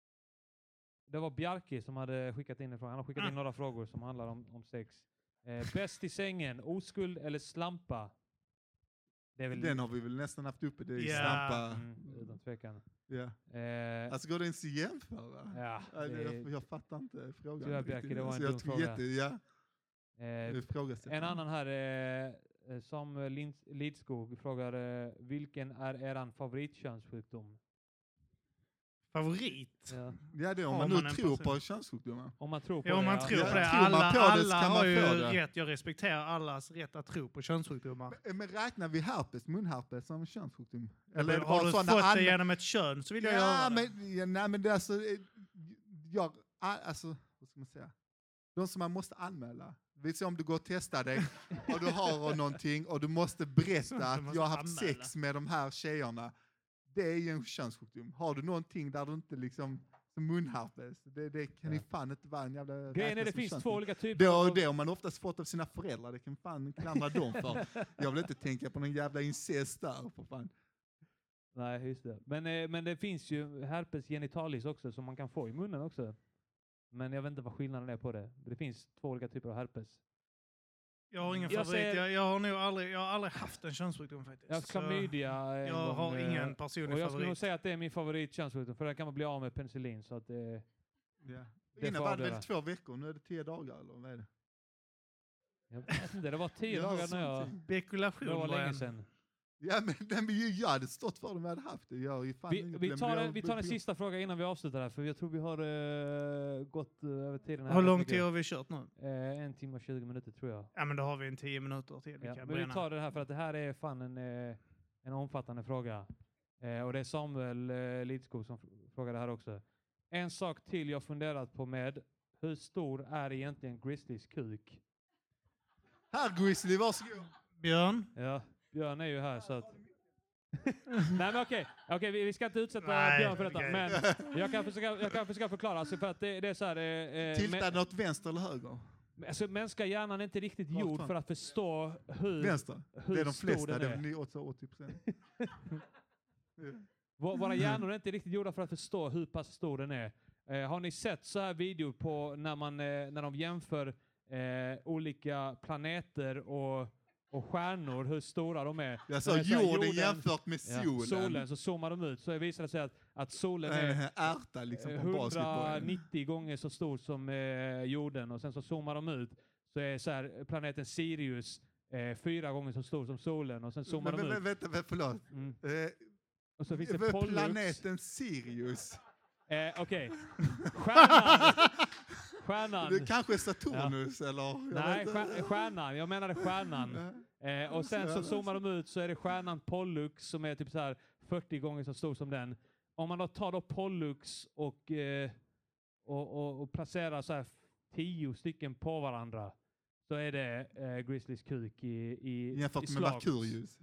det var Bjarke som hade skickat in en fråga. Han har skickat in några frågor som handlar om, om sex. Eh, bäst i sängen, oskuld eller slampa? Det är väl Den har vi väl nästan haft uppe. Det är Ja. slampa. mm, utan tvekan. Ja. Eh, Alltså går det ens att jämföra? ja, Ja, det, det, jag, jag fattar inte frågan. Tyvärr, Bjarke, riktigt. det var en Alltså, jag dum tror fråga. Jätte, ja, eh, det ifrågasätter en jag. annan här, eh, eh, Samuel Lind- Lidskog frågar eh, vilken är eran favoritkönssjukdom? Favorit? Ja. Ja, det är om Har man man nu en tror person? på könssjukdomar. Om man tror på Ja, om det. man ja. tror Ja, på det. tror man Alla, på det så alla kan man har ju få det. rätt. Jag respekterar allas rätt att tro på könssjukdomar. Men, men räknar vi herpes, munherpes som könssjukdom? Eller är det har bara du sådana fått det allmän- genom ett kön så vill jag Ja, göra det. men, ja, nej, men det är alltså, eh, jag, a- alltså, vad ska man säga? De som man måste anmäla. Vi ser om du går och testar dig och du har någonting och du måste berätta Du att måste jag har haft anmäla. sex med de här tjejerna. Det är ju en könssjukdom. Har du någonting där du inte liksom, som munherpes, det, det kan ju Ja. fan inte vara en jävla... Grejen är räknas det som finns två könssjukdom. olika typer Det, av... och det har man oftast fått av sina föräldrar, det kan fan klandra dem för. Jag vill inte tänka på någon jävla incest där, för fan. Nej, just det. Men, eh, men det finns ju herpes genitalis också som man kan få i munnen också. Men jag vet inte vad skillnaden är på det. Det finns två olika typer av herpes. Jag har ingen Jag favorit. säger- Jag, jag har nog aldrig, jag har aldrig haft en könssjukdom faktiskt. Jag har haft Så klamydia en jag gång, har eh, ingen personlig Och jag skulle nog favorit. säga att det är min favoritkönssjukdom, för där kan man bli av med penicillin. Så att det, Ja. Det Innan får var det avgöra. väl två veckor, nu är det tio dagar eller vad är det? jag vet inte, det var tio Jag har dagar när jag... sånt. Spekulation Det var bara länge en- sedan. Ja, men den vi ju jag hade stått för om jag hade haft det. Jag har ju fan Vi, inget vi, problem. tar, Jag- en- vi tar en sista fråga innan vi avslutar här, för jag tror vi har eh, gått eh, över tiden. här Hur rätt lång mycket. tid har vi kört nu? Eh, en timme och tjugo minuter tror jag. Ja, men då har vi en tio minuter till. Vi Ja, kan men vi bränna. tar det här för att det här är fan en, eh, en omfattande fråga. Eh, och det är Samuel eh, Lidskog som f- frågar det här också. En sak till jag funderat på med. Hur stor är egentligen Grizzlys kuk? Här Grizzly, varsågod. Björn? Ja, Björn är ju här så att... Nej men okej, okej vi, vi ska inte utsätta Nej, Björn för detta. okej. Men jag kan försöka, jag kan försöka förklara. Alltså för att det, det är så här... Eh, eh, Tiltar men, något vänster eller höger? alltså mänskliga hjärnan är inte riktigt Rakt gjord fram. för att förstå hur... Vänster. hur Det är de stor flesta, den det är. är väl åttio procent. Vå- Våra hjärnor är inte riktigt gjorda för att förstå hur pass stor den är. Eh, har ni sett så här video på när, man, eh, när de jämför eh, olika planeter och, och stjärnor, hur stora de är. Jag sa När det är så här jorden jämfört med ja, solen. solen, så zoomar de ut. Så visar det sig att, att solen En är ärta liksom på en basketboll. hundranittio gånger så stor som eh, jorden. Och sen så zoomar de ut. Så är så här, planeten Sirius eh, fyra gånger så stor som solen. Och sen zoomar Men, de men, ut. vänta, vänta, förlåt. Mm. Eh, Och så finns det vad är Pollux. planeten Sirius. Eh, Okej. Okay. Stjärnan. Stjärnan. Det kanske är Saturnus eller? Jag Nej, vet inte. stjär- stjärnan. Jag menade stjärnan. Eh, och sen så zoomar de ut så är det stjärnan Pollux som är typ så här fyrtio gånger så stor som den. Om man då tar då Pollux och, eh, och, och, och placerar så här tio stycken på varandra så är det eh, Grizzlys kuk i, i, Jämfört i med slag. Merkurius.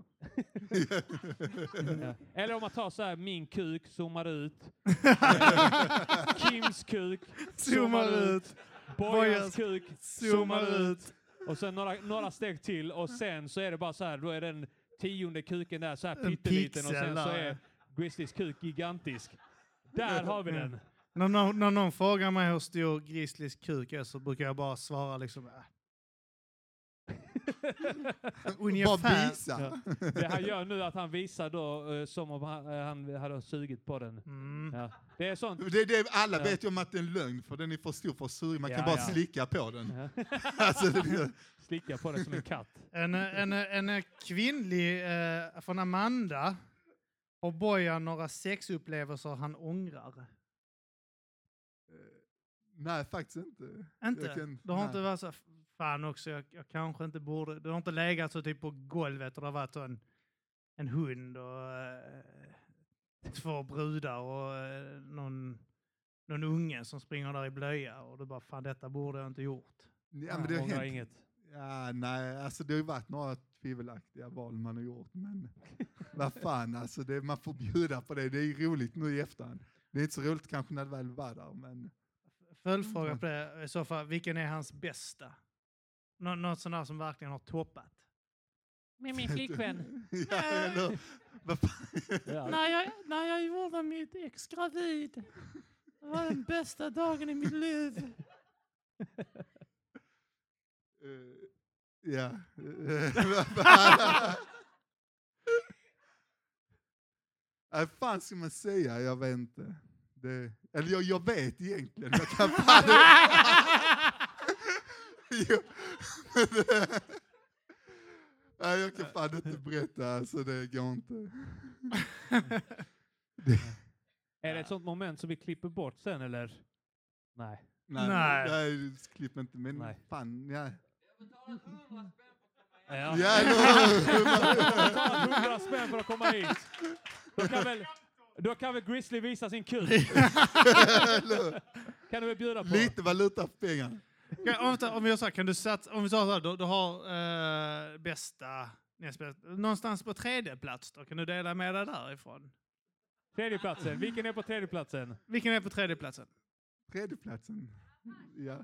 Ja. Eller om man tar så här min kuk, zoomar ut. eh, Kims kuk, Zoomar ut. Bojans kuk, Zoomar zoomar ut. ut. Och sen några, några steg till och sen så är det bara så här, då är den tionde kuken där så här En pytteliten och pixel sen så där. är Grizzlys kuk gigantisk. Där har vi den. När, någon, när någon frågar mig hur stor Grizzlys kuk är så brukar jag bara svara liksom... Äh. Bara Ungefär. visa. Ja. Det han gör nu är att han visar då eh, som om han, eh, han hade sugit på den. Mm. Ja. Det är sånt. Det, det, alla Ja. vet ju om att det är en lögn för den är för stor för sug. Man Ja, kan bara ja. slicka på den. Ja. Alltså, det, Slicka på den som en katt. En, en, en kvinnlig eh, från Amanda och Bojan några sexupplevelser han ångrar. nej, faktiskt inte. Inte? Jag kan- Du har nej. inte varit så fan också, jag, jag kanske inte borde. Du har inte legat så typ på golvet och det har varit en, en hund och eh, två brudar och eh, någon, någon unge som springer där i blöja och du bara fan detta borde jag inte gjort. Ja, men det har Ångrar hänt. inget. Ja, nej, alltså det har ju varit några tvivelaktiga val man har gjort, men vad fan, alltså det, man får bjuda på det. Det är ju roligt nu i efterhand. Det är inte så roligt kanske när det väl var där, men... Följdfråga på det i så fall, vilken är hans bästa? Nå- något sånt där som verkligen har toppat. Med min flickvän. ja, eller, vad fan? Ja. När jag, när jag gjorde mitt ex gravid. Det var den bästa dagen i mitt liv. Eh, ja. Eh, vad fan? Vad fan ska man säga? Jag vet inte. Det, eller jag, jag vet egentligen. Jag kan fan... Jo, men det- Nej, jag kan fan inte berätta, alltså det går inte. Är det ett sånt moment som vi klipper bort sen eller? Nej. Nej, Nej. nej, klipp inte, men Nej. fan, ja. Ja. Ja, eller- hundra spänn för att komma hit. Då kan väl, då kan väl Grizzly visa sin kuk. eller- Kan du väl bjuda på? Lite valuta för pengar. Kan, om, vi- om vi sa, kan du sats, om vi sa så här, du, du har eh, bästa, näst bästa, någonstans på tredje plats då, kan du dela med dig därifrån? Tredjeplatsen. Vilken är på tredjeplatsen? Vilken är på tredje platsen? Tredjeplatsen. Ja.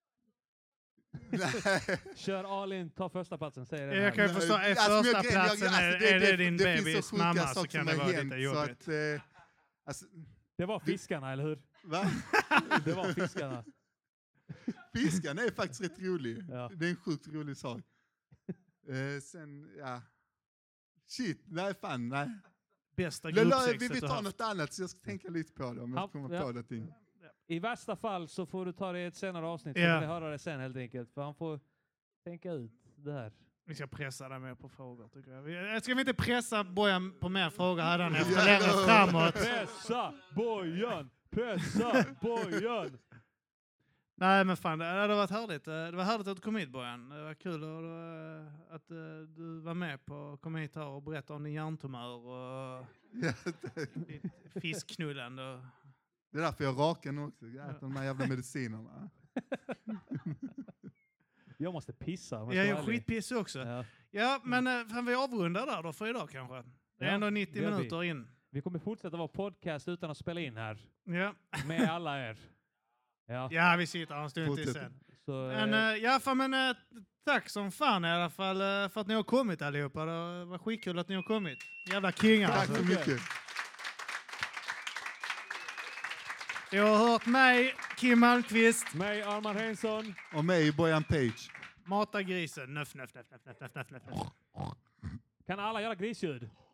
Nej. Kör all in, ta första platsen, säger den Jag här. kan ju förstå, är Alltså, men första jag- jag- platsen, alltså, är, är det din det finns babys så sjuka mamma så saker kan som det har vara hänt, lite så jobbigt. att, eh, alltså, Det var fiskarna, eller hur? va? Det var fiskarna. Fiskarna är faktiskt rätt rolig. Ja. Det är en sjukt rolig sak. Eh, sen, ja. Shit, nej fan, nej. Bästa Lala, vi gruppsexet vill du ta haft. något annat så jag ska tänka lite på det om jag Ja, kommer ja. på någonting. I värsta fall så får du ta det i ett senare avsnitt. Så Ja. vill jag höra det sen helt enkelt. För han får tänka ut det här. Vi ska pressa dig mer på frågor tycker jag. Vi- Ska vi inte pressa Bojan på mer frågor här den efter Ja, längre då. framåt? Pressa Bojan! Pressa Bojan! Nej men fan, det hade varit härligt. Det var härligt att du kom hit Bojan. Det var kul att, att eh, du var med på att komma hit här och berätta om din hjärntumör och Ja, det, ditt fiskknullande. och- det är därför jag rakar nu också. Jag äter de här jävla medicinerna. Jag måste pissa. om Jag är ska ju vara ärlig. skitpissig också. Ja. Ja, men eh, kan vi avrunda där då för idag kanske? Det är Ja, ändå nittio det gör vi. minuter in. Vi kommer fortsätta vara podcast utan att spela in här. Ja, Med alla er. Ja. ja vi sitter här en stund till Fortsätt. sen. Så, Men, eh, eh, ja, fan, men eh, tack som fan i alla fall eh, för att ni har kommit allihopa. Det var skitkul att ni har kommit. Jävla kingar. Tack Alltså. så mycket. Jag har hört mig, Kim Malmqvist. Mig, Armand Hensson. Och mig, Bojan Page. Mata grisen. Nöff, nöff, nöff, nöff, nöff, nöff, nöff, nöff. Kan alla göra grisljud?